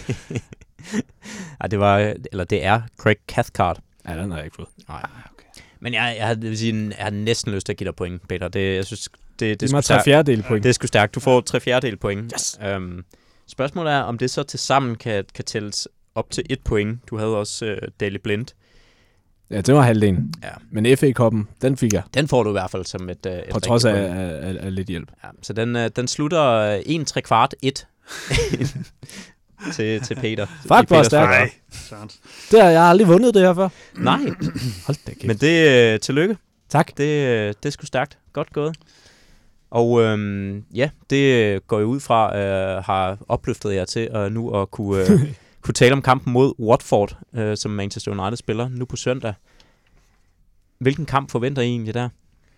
Nej, det er Craig Cathcart. Ja, den har jeg ikke fået. Nej. Okay. Men jeg har næsten lyst til at give dig point, Peter. Jeg synes, det er 3/4 point. Det er sgu stærkt. Du får 3/4 point. Yes. Spørgsmålet er, om det så til sammen kan tælles op til 1 point. Du havde også Daley Blind. Ja, det var halvdelen. Ja. Men FA-koppen, den fik jeg. Den får du i hvert fald som et på trods af lidt hjælp. Ja, så den slutter 1/3 til Peter. Fuck, hvor stærkt. Det har jeg aldrig vundet det her før. Nej. Hold da kæft. Men det tillykke. Tak. Det er sgu stærkt. Godt gået. Og det går jo ud fra, har opløftet jer til nu at kunne tale om kampen mod Watford, som Manchester United spiller nu på søndag. Hvilken kamp forventer I egentlig der?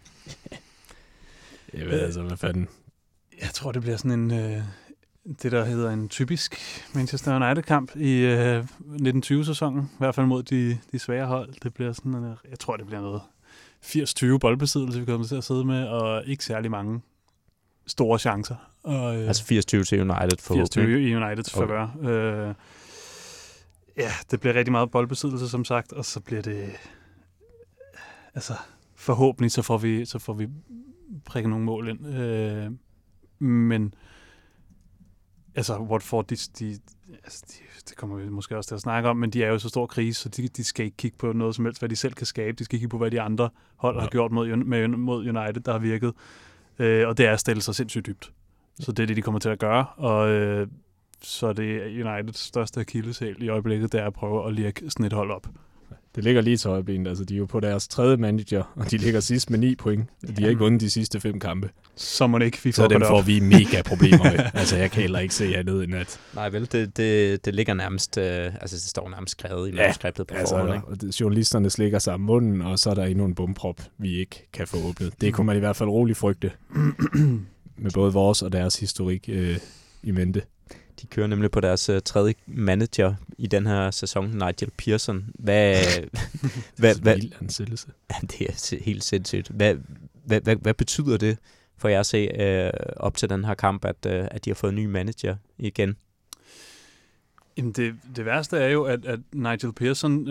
Jeg ved altså, hvad fanden. Jeg tror, det bliver sådan en... det, der hedder en typisk Manchester United-kamp i 1920-sæsonen. I hvert fald mod de svære hold. Det bliver sådan, jeg tror, det bliver noget 80-20 boldbesiddelse, vi kommer til at sidde med, og ikke særlig mange store chancer. Og, altså 80-20 til United forhåbentlig? 80-20 i Uniteds favør. Ja, det bliver rigtig meget boldbesiddelse, som sagt, og så bliver det... Altså, forhåbentlig så får vi prikket nogle mål ind. Men... Altså, Watford, det kommer vi måske også til at snakke om, men de er jo så stor krise, så de skal ikke kigge på noget som helst, hvad de selv kan skabe. De skal kigge på, hvad de andre hold har gjort mod United, der har virket. Og det er at stille sig sindssygt dybt. Så det er det, de kommer til at gøre. Og så det er Uniteds største akilleshæl i øjeblikket, det er at prøve at lirke sådan et hold op. Det ligger lige til øjeblikket. Altså, de er jo på deres 3. manager, og de ligger sidst med 9 point. De har ikke vundet de sidste 5 kampe. Så må det ikke, så dem får vi mega problemer med. Altså, jeg kan heller ikke se andet end at... Nej vel, det ligger nærmest... altså, det står nærmest skrevet i manuskriptet på forhånd. Altså, journalisterne slikker sig om munden, og så er der endnu en bomprop, vi ikke kan få åbnet. Det kunne man i hvert fald roligt frygte. Med både vores og deres historik i mente. De kører nemlig på deres 3. manager i den her sæson, Nigel Pearson. Hvad ansættelse. Det er helt sindssygt. Hvad betyder det for jer at se op til den her kamp, at de har fået en ny manager igen? Jamen det værste er jo, at Nigel Pearson,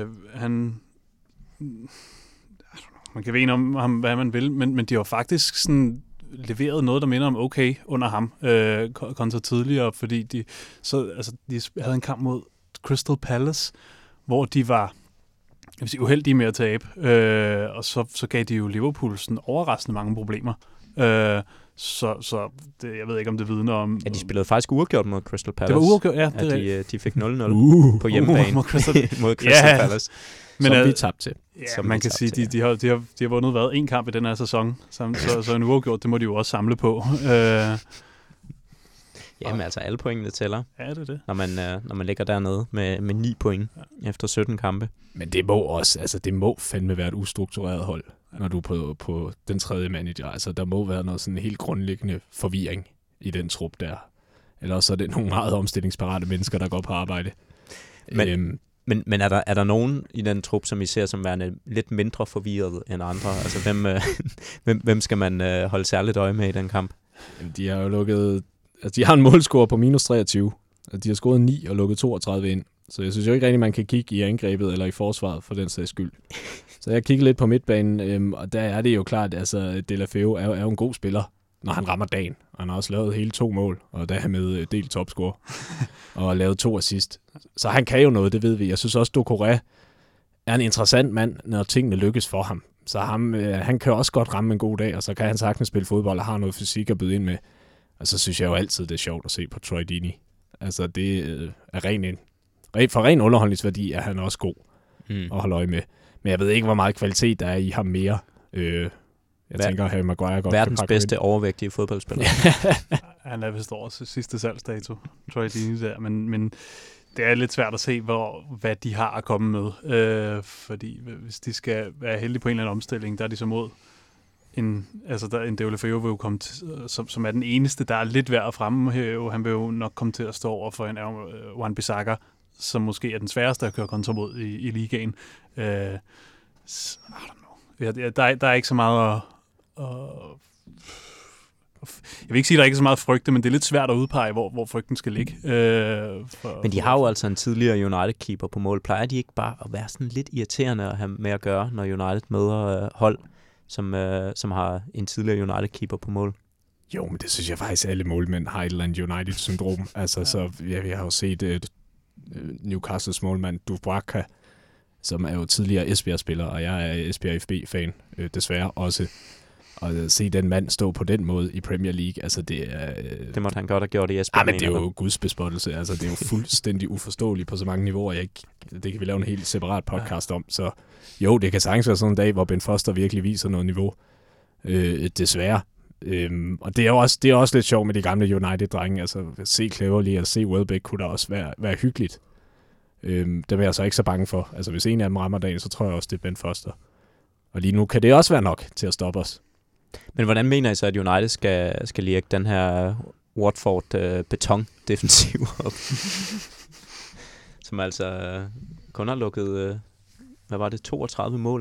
man kan vide om ham, hvad man vil, men de har faktisk sådan leveret noget, der minder om okay under ham, kontra tidligere, fordi de havde en kamp mod Crystal Palace, hvor de var uheldige med at tabe, og så gav de jo Liverpool sådan overraskende mange problemer. Så det, jeg ved ikke, om det vidner om... Ja, de spillede faktisk uafgjort mod Crystal Palace. Det var uafgjort, ja. De fik 0-0 på hjemmebane mod Crystal Palace. Men som vi tabte til. Ja, man kan sige, de har vundet en kamp i den her sæson, så en uafgjort, det må de jo også samle på. Jamen altså, alle pointene tæller. Ja, det er det. Når man ligger dernede med 9 point efter 17 kampe. Men det må også, altså det må fandme være et ustruktureret hold, når du er på den 3. manager. Altså der må være noget sådan helt grundlæggende forvirring i den trup der. Eller så er det nogle meget omstillingsparate mennesker, der går på arbejde. Men er der nogen i den trup, som I ser som værende lidt mindre forvirret end andre? Altså hvem skal man holde særligt øje med i den kamp? Jamen, de har jo lukket... Altså, de har en målscore på -23. De har scoret 9 og lukket 32 ind. Så jeg synes jo ikke rigtig, man kan kigge i angrebet eller i forsvaret for den sags skyld. Så jeg kigger lidt på midtbanen, og der er det jo klart, altså Deulofeu er jo en god spiller, når han rammer dagen. Og han har også lavet hele 2 mål, og der er med delt topscore, og lavet 2 assist. Så han kan jo noget, det ved vi. Jeg synes også, Doucouré er en interessant mand, når tingene lykkes for ham. Så han kan også godt ramme en god dag, og så kan han sagtens spille fodbold og har noget fysik at byde ind med. Og så synes jeg jo altid, det er sjovt at se på Troy Deeney. Altså, det er for ren underholdningsværdi, er han også god at holde øje med. Men jeg ved ikke, hvor meget kvalitet der er i ham mere. Jeg tænker, at Harry Maguire godt verdens bedste overvægtige fodboldspiller. Han er vist over til sidste salgsdato, Troy Deeney der, men det er lidt svært at se, hvad de har at komme med. Fordi hvis de skal være heldige på en eller anden omstilling, der er de så mod en Deulofeu vil jo komme som er den eneste, der er lidt værd at fremhæve. Han vil jo nok komme til at stå over for en Wan-Bissaka, som måske er den sværeste at køre kontra mod i ligaen. I don't know. Der er ikke så meget jeg vil ikke sige, at der ikke er så meget frygte, men det er lidt svært at udpege, hvor frygten skal ligge. Men de har jo altså en tidligere United-keeper på mål. Plejer de ikke bare at være sådan lidt irriterende at have med at gøre, når United møder hold, som har en tidligere United-keeper på mål? Jo, men det synes jeg faktisk, alle målmænd har et eller andet United-syndrom. Altså, så vi har jo set Newcastles målmand Dubravka, som er jo tidligere Esbjerg-spiller, og jeg er Esbjerg FB-fan, desværre også. Og at se den mand stå på den måde i Premier League, altså det er... Det måtte han godt have gjort i Esbjerg. Men det er jo gudsbespottelse, altså det er jo fuldstændig uforståeligt på så mange niveauer. Det kan vi lave en helt separat podcast om, så jo, det kan sagtens være sådan en dag, hvor Ben Foster virkelig viser noget niveau, desværre. Og det er også lidt sjovt med de gamle United-drenge, altså at se Cleverley og se Welbeck kunne da også være hyggeligt. Det er jeg så ikke så bange for. Altså hvis en af dem rammer dagen, så tror jeg også, det er Ben Foster. Og lige nu kan det også være nok til at stoppe os. Men hvordan mener I så, at United skal lirke den her Watford-beton-defensiv op? Som altså kun har lukket, hvad var det, 32 mål?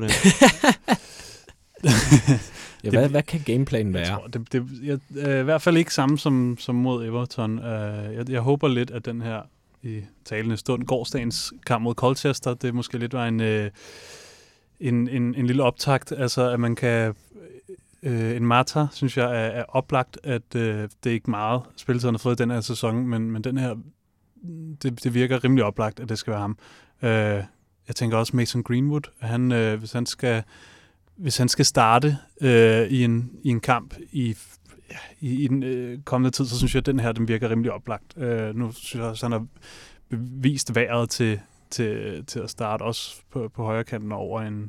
Ja, hvad kan gameplanen være? Jeg tror, i hvert fald ikke samme som mod Everton. Jeg håber lidt, at den her i talende stund, gårsdagens kamp mod Colchester, det måske lidt var en lille optakt, altså at man kan... En Mata, synes jeg, er oplagt, at det er ikke meget spilletid, han har fået i den her sæson, men den her, det virker rimelig oplagt, at det skal være ham. Jeg tænker også Mason Greenwood, han, hvis han skal starte i en kamp i den kommende tid, så synes jeg, at den her, den virker rimelig oplagt. Nu synes jeg også, han har vist vejret til at starte også på højre kanten over en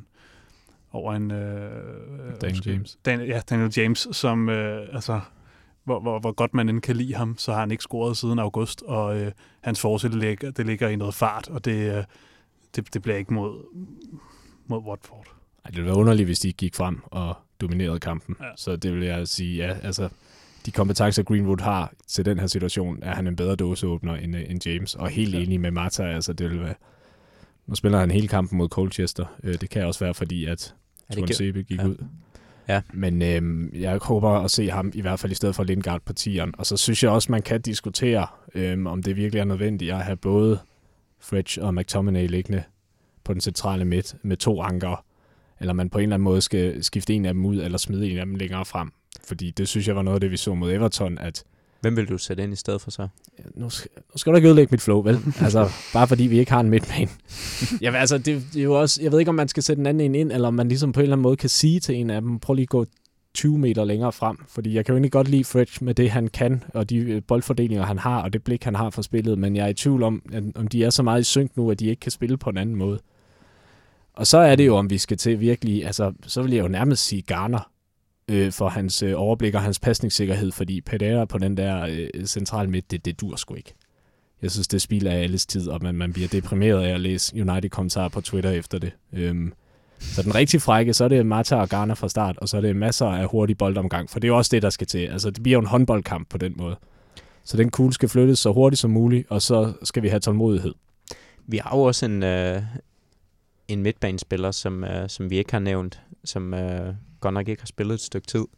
Daniel James. Daniel James, som altså hvor godt man end kan lide ham, så har han ikke scoret siden august, og hans forsæt det ligger i noget fart, og det bliver ikke mod Watford. Ej, det ville være underligt, hvis de gik frem og dominerede kampen. Ja. Så det vil jeg sige, ja, altså de kompetencer Greenwood har til den her situation, er han en bedre dåseåbner end James, og helt enig med Mata, altså det vil være. Nu spiller han hele kampen mod Colchester. Det kan også være, fordi at Tuan gik ud. Ja. Men jeg håber at se ham i hvert fald i stedet for Lingard på 10'eren. Og så synes jeg også, man kan diskutere, om det virkelig er nødvendigt at have både Fridge og McTominay liggende på den centrale midt med 2 anker, eller man på en eller anden måde skal skifte en af dem ud, eller smide en af dem længere frem. Fordi det synes jeg var noget af det, vi så mod Everton, at hvem vil du sætte ind i stedet for så? Nu skal du ikke ødelægge mit flow, vel? Altså, bare fordi vi ikke har en midtbane. Jamen, altså, det er jo også... Jeg ved ikke, om man skal sætte en anden ind, eller om man ligesom på en eller anden måde kan sige til en af dem, prøv lige at gå 20 meter længere frem. Fordi jeg kan jo egentlig godt lide Fridge med det, han kan, og de boldfordelinger, han har, og det blik, han har for spillet. Men jeg er i tvivl om de er så meget i synk nu, at de ikke kan spille på en anden måde. Og så er det jo, om vi skal til virkelig... Altså, så vil jeg jo nærmest sige Garner, for hans overblik og hans pasningssikkerhed, fordi Pereira på den der centrale midt, det dur sgu ikke. Jeg synes, det spilder af alles tid, og man bliver deprimeret af at læse United-kommentarer på Twitter efter det. Så den rigtig frække, så er det Mata og Garner fra start, og så er det masser af hurtig boldomgang, for det er jo også det, der skal til. Altså, det bliver jo en håndboldkamp på den måde. Så den kugle skal flyttes så hurtigt som muligt, og så skal vi have tålmodighed. Vi har jo også en midtbanespiller, som vi ikke har nævnt, som godt nok ikke har spillet et stykke tid.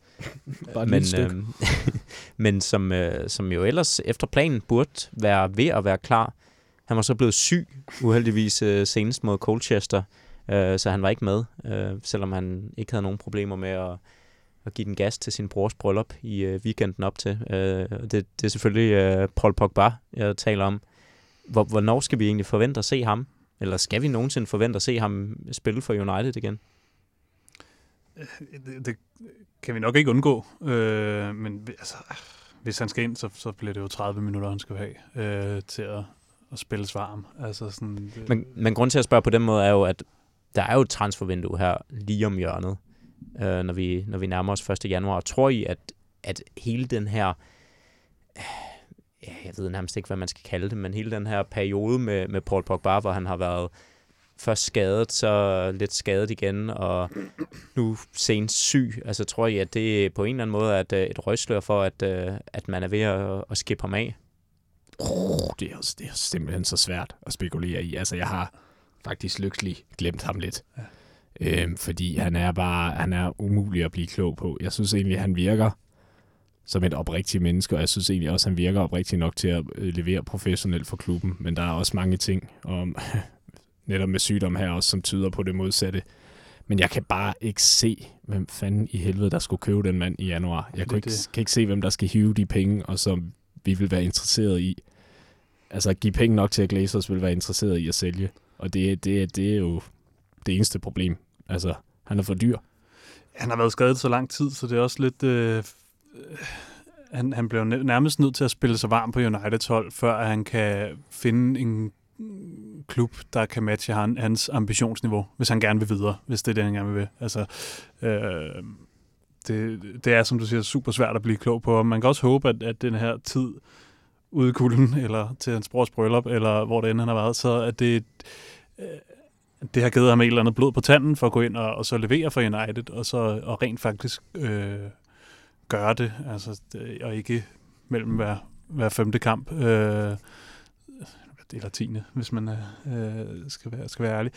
Men som jo ellers efter planen burde være ved at være klar. Han var så blevet syg, uheldigvis senest mod Colchester, så han var ikke med, selvom han ikke havde nogen problemer med at give den gas til sin brors bryllup i weekenden op til. Det er selvfølgelig Paul Pogba, jeg taler om. Hvornår skal vi egentlig forvente at se ham? Eller skal vi nogensinde forvente at se ham spille for United igen? Det kan vi nok ikke undgå, men altså, hvis han skal ind, så bliver det jo 30 minutter, han skal have til at spille varm. Altså sådan, men grund til at spørge på den måde er jo, at der er jo et transfervindue her lige om hjørnet, når vi nærmer os 1. januar. Tror I, at hele den her jeg ved nærmest ikke, hvad man skal kalde det, men hele den her periode med Paul Pogba, hvor han har været først skadet, så lidt skadet igen, og nu senest syg. Altså tror jeg, at det på en eller anden måde er et røgslør for, at man er ved at skippe ham af? Det er simpelthen så svært at spekulere i. Altså jeg har faktisk lykkeligt glemt ham lidt. Ja. Fordi han er umulig at blive klog på. Jeg synes egentlig, han virker som et oprigtigt menneske, og jeg synes egentlig også, han virker oprigtigt nok til at levere professionelt for klubben. Men der er også mange ting om netop med sygdom her også, som tyder på det modsatte. Men jeg kan bare ikke se, hvem fanden i helvede, der skulle købe den mand i januar. Jeg kan ikke se, hvem der skal hive de penge, og som vi vil være interesseret i. Altså give penge nok til, at Glazers vil være interesseret i at sælge. Og det er jo det eneste problem. Altså, han er for dyr. Han har været skadet så lang tid, så det er også lidt... Han blev nærmest nødt til at spille sig varm på Uniteds hold, før han kan finde en klub, der kan matche hans ambitionsniveau, hvis han gerne vil videre, hvis det er det, han gerne vil. Altså, det er, som du siger, super svært at blive klog på. Man kan også håbe, at den her tid ude i kulden, eller til hans brors bryllup, eller hvor det end han har været, så at det har givet ham et eller andet blod på tanden for at gå ind og så levere for United, og rent faktisk gøre det, altså, og ikke mellem hver 5. kamp, eller 10. hvis man skal være ærlig.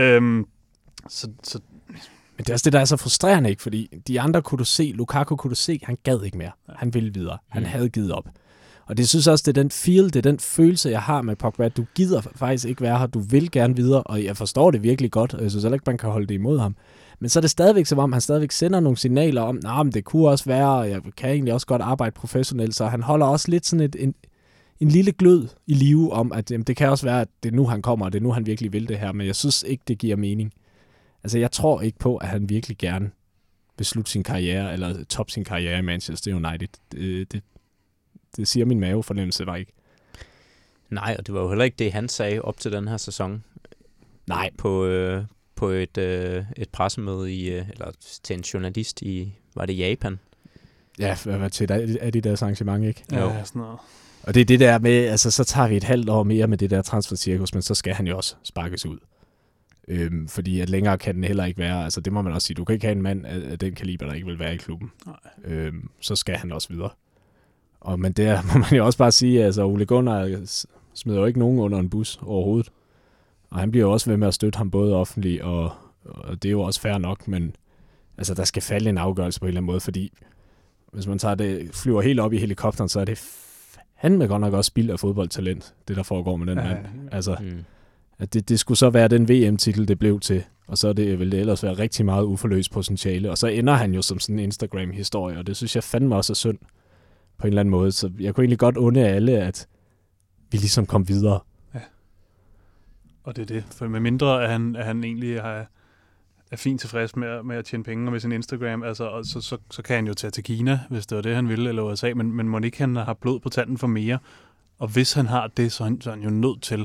Men det er også det, der er så frustrerende, ikke? Fordi de andre kunne du se, Lukaku kunne du se, han gad ikke mere. Han ville videre. Han havde givet op. Og det synes også, det er den feel, det er den følelse, jeg har med Pogba. Du gider faktisk ikke være her, du vil gerne videre, og jeg forstår det virkelig godt, og jeg synes heller ikke, man kan holde det imod ham. Men så er det stadigvæk som om, han stadigvæk sender nogle signaler om, men det kunne også være, og jeg kan egentlig også godt arbejde professionelt, så han holder også lidt sådan en lille glød i live om, at det kan også være, at det er nu, han kommer, og det er nu, han virkelig vil det her, men jeg synes ikke, det giver mening. Altså, jeg tror ikke på, at han virkelig gerne vil slutte sin karriere, eller top sin karriere i Manchester United. Det siger min mavefornemmelse bare ikke. Nej, og det var jo heller ikke det, han sagde op til den her sæson. Nej. På et pressemøde eller til en journalist var det Japan? Ja, hvad til Adidas arrangement, ikke? Ja, sådan noget. Og det er det der med, altså så tager vi et halvt år mere med det der transfercirkus, men så skal han jo også sparkes ud. Fordi at længere kan den heller ikke være, altså det må man også sige, du kan ikke have en mand af den kaliber, der ikke vil være i klubben. Så skal han også videre. Men der må man jo også bare sige, altså Ole Gunnar smider jo ikke nogen under en bus overhovedet. Og han bliver jo også ved med at støtte ham både offentligt, og det er jo også fair nok, men altså der skal falde en afgørelse på en eller anden måde, fordi hvis man flyver helt op i helikopteren, så er det fandme godt nok også spild af fodboldtalent, det der foregår med den mand. Altså, at det skulle så være den VM-titel, det blev til, og så vil det ellers være rigtig meget uforløst potentiale, og så ender han jo som sådan en Instagram-historie, og det synes jeg fandme også er synd på en eller anden måde, så jeg kunne egentlig godt unde alle, at vi ligesom kom videre. Ja. Og det er det, for med mindre at han egentlig er fint tilfreds med at tjene penge med sin Instagram, altså, og så kan han jo tage til Kina, hvis det var det, han ville, eller USA, men må ikke han har blod på tanden for mere, og hvis han har det, så er han jo nødt til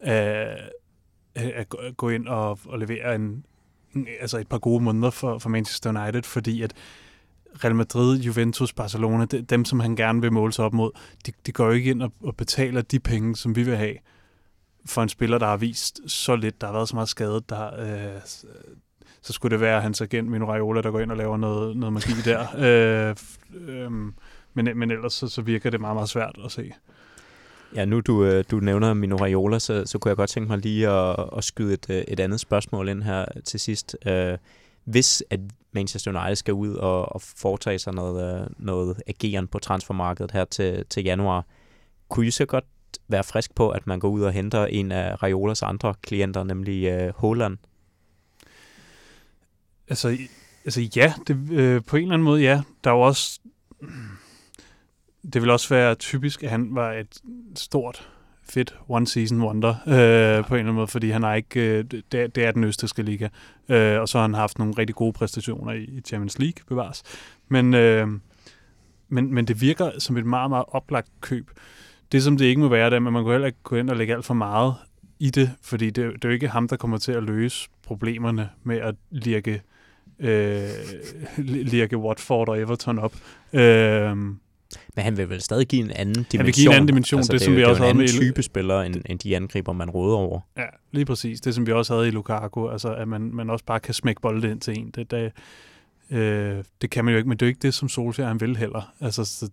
at gå ind og levere altså et par gode måneder for Manchester United, fordi at Real Madrid, Juventus, Barcelona, dem som han gerne vil måle sig op mod, de går jo ikke ind og betaler de penge, som vi vil have for en spiller, der har vist så lidt, der har været så meget skadet, så skulle det være hans agent, Mino Raiola, der går ind og laver noget magi der. Men ellers så virker det meget, meget svært at se. Ja, nu du nævner Mino Raiola, så kunne jeg godt tænke mig lige at skyde et andet spørgsmål ind her til sidst. Hvis at Manchester United skal ud og foretage sig noget ageren på transfermarkedet her til januar, kunne I så godt være frisk på, at man går ud og henter en af Raiolas andre klienter, nemlig Haaland? Altså ja, på en eller anden måde ja. Der er jo også... Det vil også være typisk, at han var et stort, fedt one-season wonder på en eller anden måde, fordi han er ikke... Det er den østrigske liga. Og så har han haft nogle rigtig gode præstationer i Champions League, bevares. Men det virker som et meget, meget oplagt køb. Det, som det ikke må være, det er, at man kan heller ikke gå ind og lægge alt for meget i det, fordi det er jo ikke ham, der kommer til at løse problemerne med at lirke Watford og Everton op. Men han vil vel stadig give en anden dimension. Han vil give en anden dimension, altså, det som vi også havde med... Det er jo en anden type spiller, end de angriber, man råder over. Ja, lige præcis. Det, som vi også havde i Lukaku, altså at man også bare kan smække bolde ind til en. Det kan man jo ikke, men det er jo ikke det, som Solskjaer han vil heller. Altså,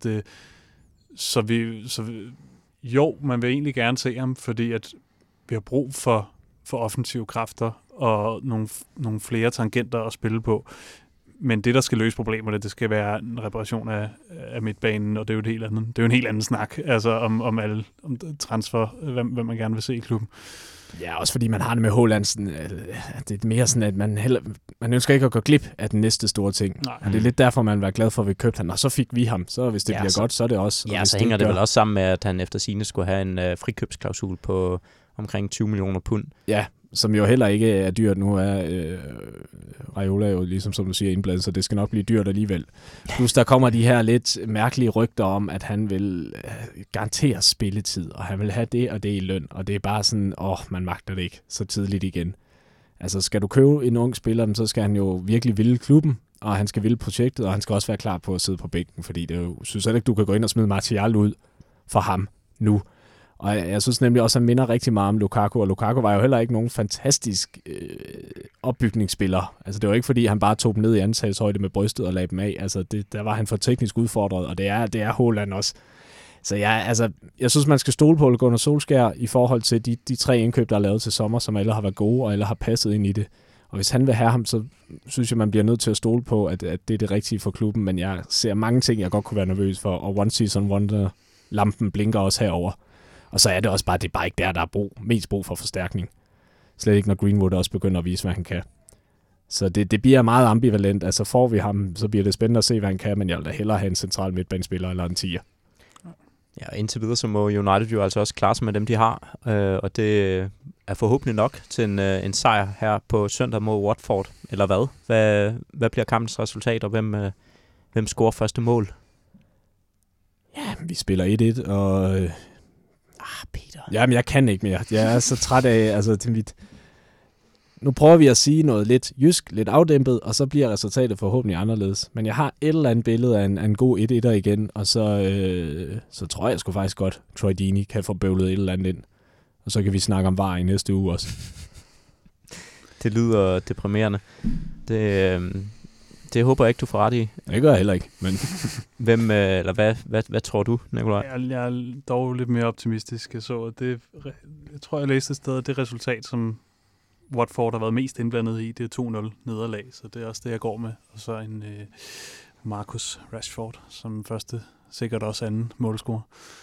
jo, man vil egentlig gerne se ham, fordi at vi har brug for offensive kræfter og nogle flere tangenter at spille på. Men det, der skal løse problemerne, det skal være en reparation af midtbanen, og det er jo et helt andet. Det er jo en helt anden snak, altså om transfer, hvem man gerne vil se i klubben. Ja, også fordi man har det med Haaland, det er mere sådan, at man ønsker ikke at gå glip af den næste store ting. Nej. Og det er lidt derfor, man var glad for, at vi købte ham. Og så fik vi ham, så hvis det bliver godt, så er det også. Ja, så hænger det vel også sammen med, at han efter sigende skulle have en frikøbsklausul på omkring 20 millioner pund. Ja, som jo heller ikke er dyrt nu, er Raiola jo ligesom, som du siger, indblandet, så det skal nok blive dyrt alligevel. Plus der kommer de her lidt mærkelige rygter om, at han vil garantere spilletid, og han vil have det og det i løn, og det er bare sådan, man magter det ikke så tidligt igen. Altså skal du købe en ung spiller, så skal han jo virkelig ville klubben, og han skal ville projektet, og han skal også være klar på at sidde på bænken, fordi det er jo, synes jeg ikke, du kan gå ind og smide Martial ud for ham nu. Og jeg synes nemlig også, at han minder rigtig meget om Lukaku, og Lukaku var jo heller ikke nogen fantastisk opbygningsspiller. Altså det var ikke, fordi han bare tog dem ned i antalshøjde med brystet og lagde dem af. Altså der var han for teknisk udfordret, og det er Haaland også. Så jeg synes, man skal stole på Gunnar Solskjaer i forhold til de 3 indkøb, der er lavet til sommer, som alle har været gode, og alle har passet ind i det. Og hvis han vil have ham, så synes jeg, man bliver nødt til at stole på, at det er det rigtige for klubben. Men jeg ser mange ting, jeg godt kunne være nervøs for, og One Season Wonder-lampen blinker også herover. Og så er det også bare, det er bare ikke der er mest brug for forstærkning. Slet ikke, når Greenwood også begynder at vise, hvad han kan. Så det bliver meget ambivalent. Altså får vi ham, så bliver det spændende at se, hvad han kan, men jeg vil da hellere have en central midtbanespiller eller en 10'er. Ja, indtil videre så må United jo altså også klare sig med dem, de har. Og det er forhåbentlig nok til en sejr her på søndag mod Watford. Eller hvad? Hvad bliver kampens resultat, og hvem scorer første mål? Ja, vi spiller 1-1, og... Peter. Jamen, jeg kan ikke mere. Jeg er så træt af, altså, nu prøver vi at sige noget lidt jysk, lidt afdæmpet, og så bliver resultatet forhåbentlig anderledes. Men jeg har et eller andet billede af en god 1-1'er igen, og så tror jeg sgu faktisk godt, Troy Deeney kan få bøvlet et eller andet ind. Og så kan vi snakke om VAR i næste uge også. Det lyder deprimerende. Det håber jeg ikke, du får ret i. Det gør jeg heller ikke. Men hvad tror du, Nikolaj? Jeg er dog lidt mere optimistisk. Jeg tror, jeg læste et sted, at det resultat, som Watford har været mest indblandet i, det er 2-0 nederlag. Så det er også det, jeg går med. Og så en Marcus Rashford som første, sikkert også anden målscorer.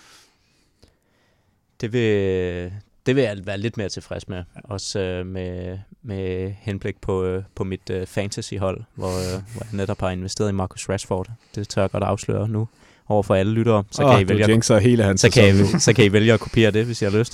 Det vil jeg være lidt mere tilfreds med. Også med henblik på mit fantasyhold, hvor jeg netop har investeret i Marcus Rashford. Det tør jeg godt afsløre nu over for alle lyttere. Så kan I vælge så kan I vælge at kopiere det, hvis I har lyst.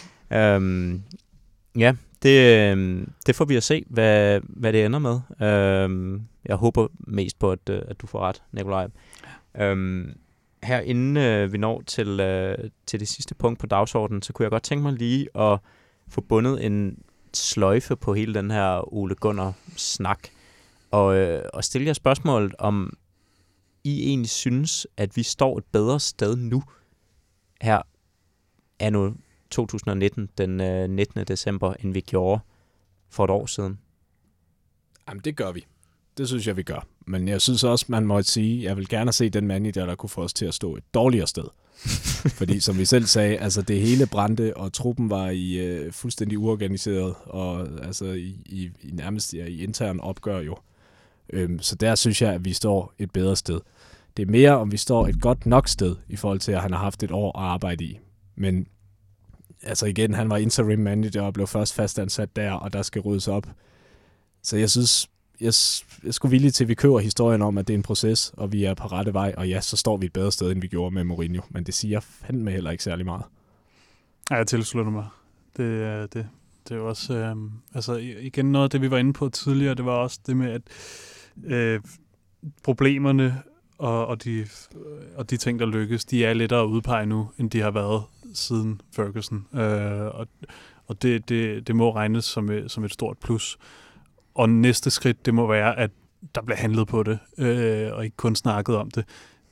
Ja, det får vi at se, hvad det ender med. Jeg håber mest på, at du får ret, Nikolaj. Her inden vi når til det sidste punkt på dagsordenen, så kunne jeg godt tænke mig lige at få bundet en sløjfe på hele den her Ole Gunnar-snak, og stille jer spørgsmålet, om I egentlig synes, at vi står et bedre sted nu, her anno 2019, den 19. december, end vi gjorde for et år siden. Jamen, det gør vi. Det synes jeg, vi gør. Men jeg synes også, man må sige, jeg vil gerne se den manager, der kunne få os til at stå et dårligere sted. Fordi som vi selv sagde, altså det hele brændte, og truppen var i fuldstændig uorganiseret, og altså i nærmest i intern opgør jo. Så der synes jeg, at vi står et bedre sted. Det er mere, om vi står et godt nok sted, i forhold til, at han har haft et år at arbejde i. Men altså igen, han var interim manager og blev først fastansat der, og der skal ryddes op. Så jeg synes, jeg er sgu villig til, at vi køber historien om, at det er en proces, og vi er på rette vej, og ja, så står vi et bedre sted, end vi gjorde med Mourinho. Men det siger fandme heller ikke særlig meget. Ja, jeg tilslutter mig. Det er jo også... altså igen, noget af det, vi var inde på tidligere, det var også det med, at problemerne og de ting, der lykkes, de er lettere at udpege nu, end de har været siden Ferguson. Og det må regnes som et stort plus. Og næste skridt, det må være, at der bliver handlet på det, og ikke kun snakket om det.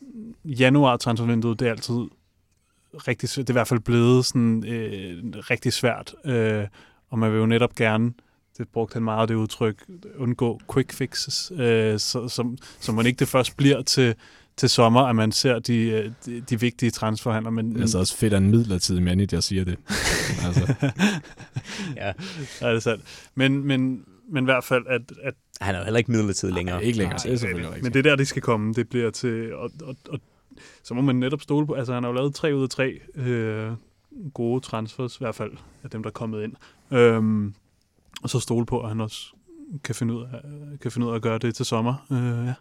januar transfervinduet, det er altid rigtig svært. Det er i hvert fald blevet sådan rigtig svært. Og man vil jo netop gerne, det brugte han meget det udtryk, undgå quick fixes, så man ikke det først bliver til sommer, at man ser de vigtige transferhandler. Men det er så også fedt, at en midlertidig manager siger det. Altså. Ja, det er sandt. Men i hvert fald, at han er jo heller ikke midlertidig længere. Ikke længere, det er selvfølgelig rigtigt. Men det er der, de skal komme. Det bliver til... Og så må man netop stole på... Altså, han har jo lavet 3 ud af 3 gode transfers, i hvert fald af dem, der er kommet ind. Og så stole på, at han også kan finde ud af at gøre det til sommer. Ja.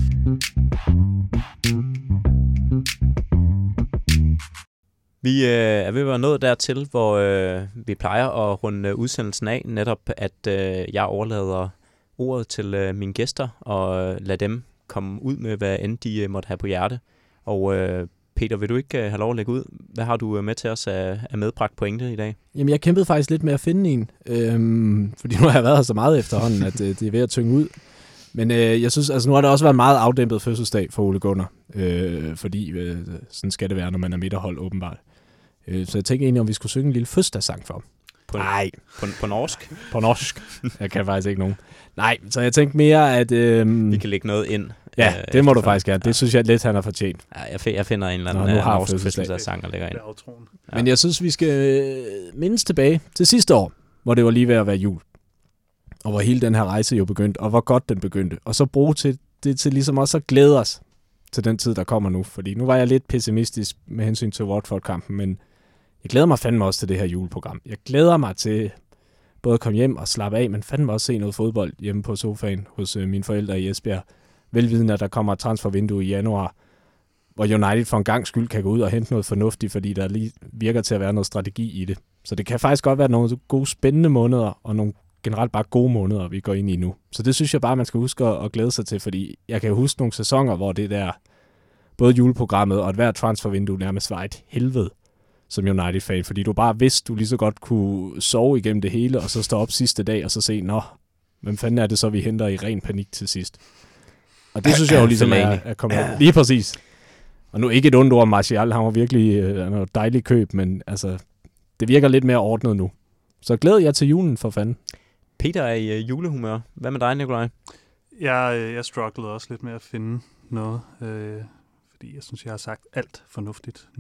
Vi er ved at være nået dertil, hvor vi plejer at runde udsendelsen af, netop at jeg overlader ordet til mine gæster og lader dem komme ud med, hvad end de måtte have på hjerte. Og Peter, vil du ikke have lov at lægge ud? Hvad har du med til os af medbragt pointe i dag? Jamen, jeg kæmpede faktisk lidt med at finde en, fordi nu har jeg været her så meget efterhånden, at det er ved at tynge ud. Men jeg synes, altså nu har det også været en meget afdæmpet fødselsdag for Ole Gunnar, fordi sådan skal det være, når man er midterhold åbenbart. Så jeg tænkte egentlig, om vi skulle synge en lille fødselsdagssang for ham. Nej. På norsk? På norsk. Jeg kan faktisk ikke nogen. Nej, så jeg tænkte mere, at... vi kan lægge noget ind. Ja, det må du faktisk gerne. Det synes jeg lidt, han har fortjent. Ja, jeg finder en eller anden norsk fødselsdagssang og lægger ind. Ja. Men jeg synes, vi skal mindes tilbage til sidste år, hvor det var lige ved at være jul. Og hvor hele den her rejse jo begyndte, og hvor godt den begyndte. Og så bruge det til ligesom også at glæde os til den tid, der kommer nu. Fordi nu var jeg lidt pessimistisk med hensyn til Watford-kampen, men jeg glæder mig fandme også til det her juleprogram. Jeg glæder mig til både at komme hjem og slappe af, men fandme også se noget fodbold hjemme på sofaen hos mine forældre i Esbjerg. Velvidende, at der kommer et transfervindue i januar, hvor United for en gang skyld kan gå ud og hente noget fornuftigt, fordi der lige virker til at være noget strategi i det. Så det kan faktisk godt være nogle gode, spændende måneder, og nogle generelt bare gode måneder, vi går ind i nu. Så det synes jeg bare, man skal huske at glæde sig til, fordi jeg kan huske nogle sæsoner, hvor det der, både juleprogrammet og et hvert transfervindue nærmest var et helvede som United-fan, fordi du bare vidste, du lige så godt kunne sove igennem det hele, og så stå op sidste dag, og så se, hvem fanden er det så, vi henter i ren panik til sidst? Og det synes jeg jo ligesom er kommet lige præcis. Og nu ikke et ondt ord om Martial, han var virkelig en dejlig køb, men altså, det virker lidt mere ordnet nu. Så glæder jeg til julen, for fanden. Peter er i julehumør. Hvad med dig, Nikolaj? Jeg strugglede også lidt med at finde noget, fordi jeg synes, jeg har sagt alt fornuftigt.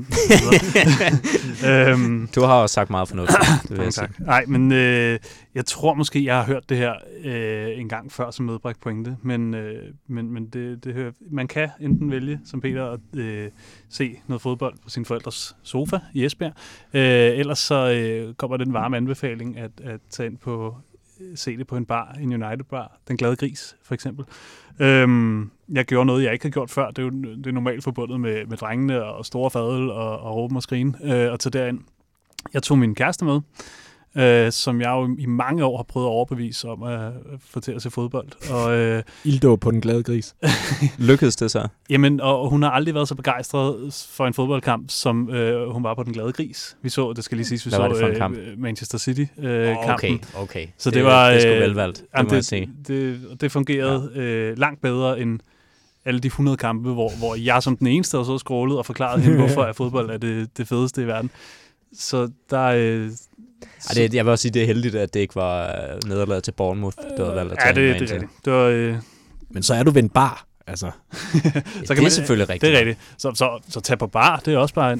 Du har også sagt meget fornuftigt. Det vil jeg sige. Nej, men jeg tror måske, jeg har hørt det her en gang før som medbragt pointe, men det hører, man kan enten vælge, som Peter, at se noget fodbold på sin forældres sofa i Esbjerg, ellers så kommer den varme anbefaling at tage ind på se det på en bar, en United-bar, Den Glade Gris, for eksempel. Jeg gjorde noget, jeg ikke har gjort før. Det er normalt forbundet med drengene og store fadøl og råben og skrigen og tage derind. Jeg tog min kæreste med, som jeg jo i mange år har prøvet at overbevise om at få til at se fodbold. Og Ildo på Den Glade Gris. Lykkedes det så? Jamen, og hun har aldrig været så begejstret for en fodboldkamp, som hun var på Den Glade Gris. Vi så, det skal lige siges, vi så Manchester City-kampen. Okay. Så det var det skulle velvalgt. Det fungerede langt bedre end alle de 100 kampe, hvor jeg som den eneste har så scrollet og forklaret hende, hvorfor at fodbold er det fedeste i verden. Så der jeg vil også sige, det er heldigt, at det ikke var nederlaget til Bournemouth, du havde valgt at tage det er rigtigt. Det var, men så er du ved en bar, altså. Så det er selvfølgelig rigtigt. Det er rigtigt. Så tag på bar, det er også bare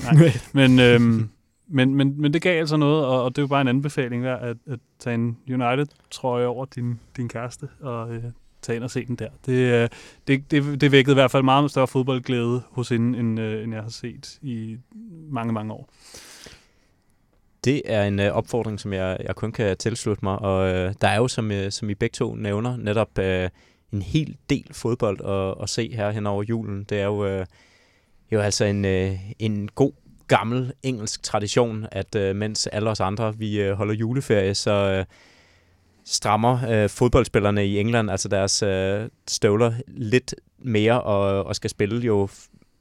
men det gav altså noget, og det er jo bare en anbefaling værd, at tage en United-trøje over din kæreste, og tage ind og se den der. Det vækkede i hvert fald meget større fodboldglæde hos hende, end jeg har set i mange, mange år. Det er en opfordring, som jeg kun kan tilslutte mig, og der er jo, som I begge to nævner, netop en hel del fodbold at se her hen over julen. Det er jo altså en god gammel engelsk tradition, at mens alle os andre vi holder juleferie, så strammer fodboldspillerne i England altså deres støvler lidt mere og skal spille jo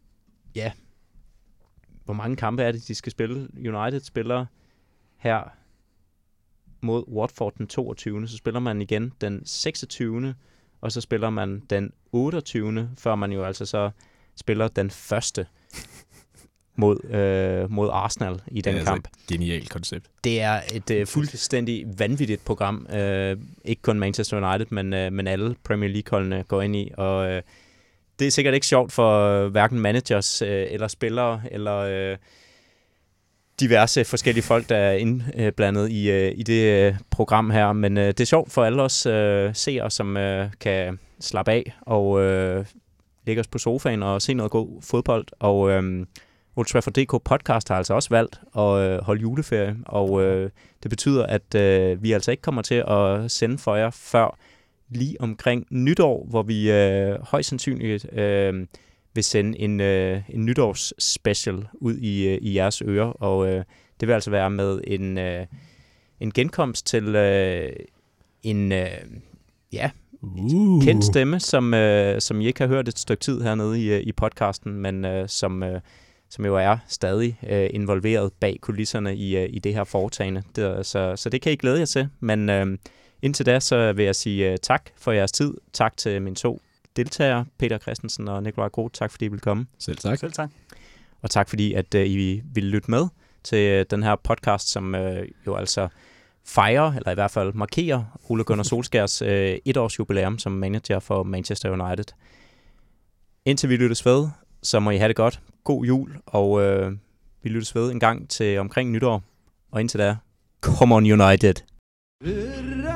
hvor mange kampe er det, de skal spille? United spiller her mod Watford den 22. Så spiller man igen den 26. Og så spiller man den 28. Før man jo altså så spiller den første mod Arsenal i den kamp. Altså et genialt koncept. Det er et fuldstændig vanvittigt program. Ikke kun Manchester United, men alle Premier League-holdene går ind i. Og det er sikkert ikke sjovt for hverken managers eller spillere, eller diverse forskellige folk, der er indblandet i det program her. Men det er sjovt for alle os seere, som kan slappe af og lægge os på sofaen og se noget god fodbold. Og Old Trafford.dk podcast har altså også valgt at holde juleferie, og det betyder, at vi altså ikke kommer til at sende for jer før lige omkring nytår, hvor vi højst sandsynligt vil sende en nytårsspecial ud i jeres ører, og det vil altså være med en genkomst til en kendt stemme, som I ikke har hørt et stykke tid hernede i podcasten, men som jo er stadig involveret bag kulisserne i det her foretagende. Så det kan I glæde jer til, men indtil da, så vil jeg sige tak for jeres tid. Tak til mine 2 deltagere, Peter Christensen og Nikolaj Groth. Tak fordi I ville komme. Selv tak. Selv tak. Og tak fordi, at I ville lytte med til den her podcast, som jo altså fejrer, eller i hvert fald markerer, Ole Gunnar Solskjærs 1-års jubilæum som manager for Manchester United. Indtil vi lyttes ved, så må I have det godt. God jul, og vi lyttes ved en gang til omkring nytår. Og indtil da, come on United!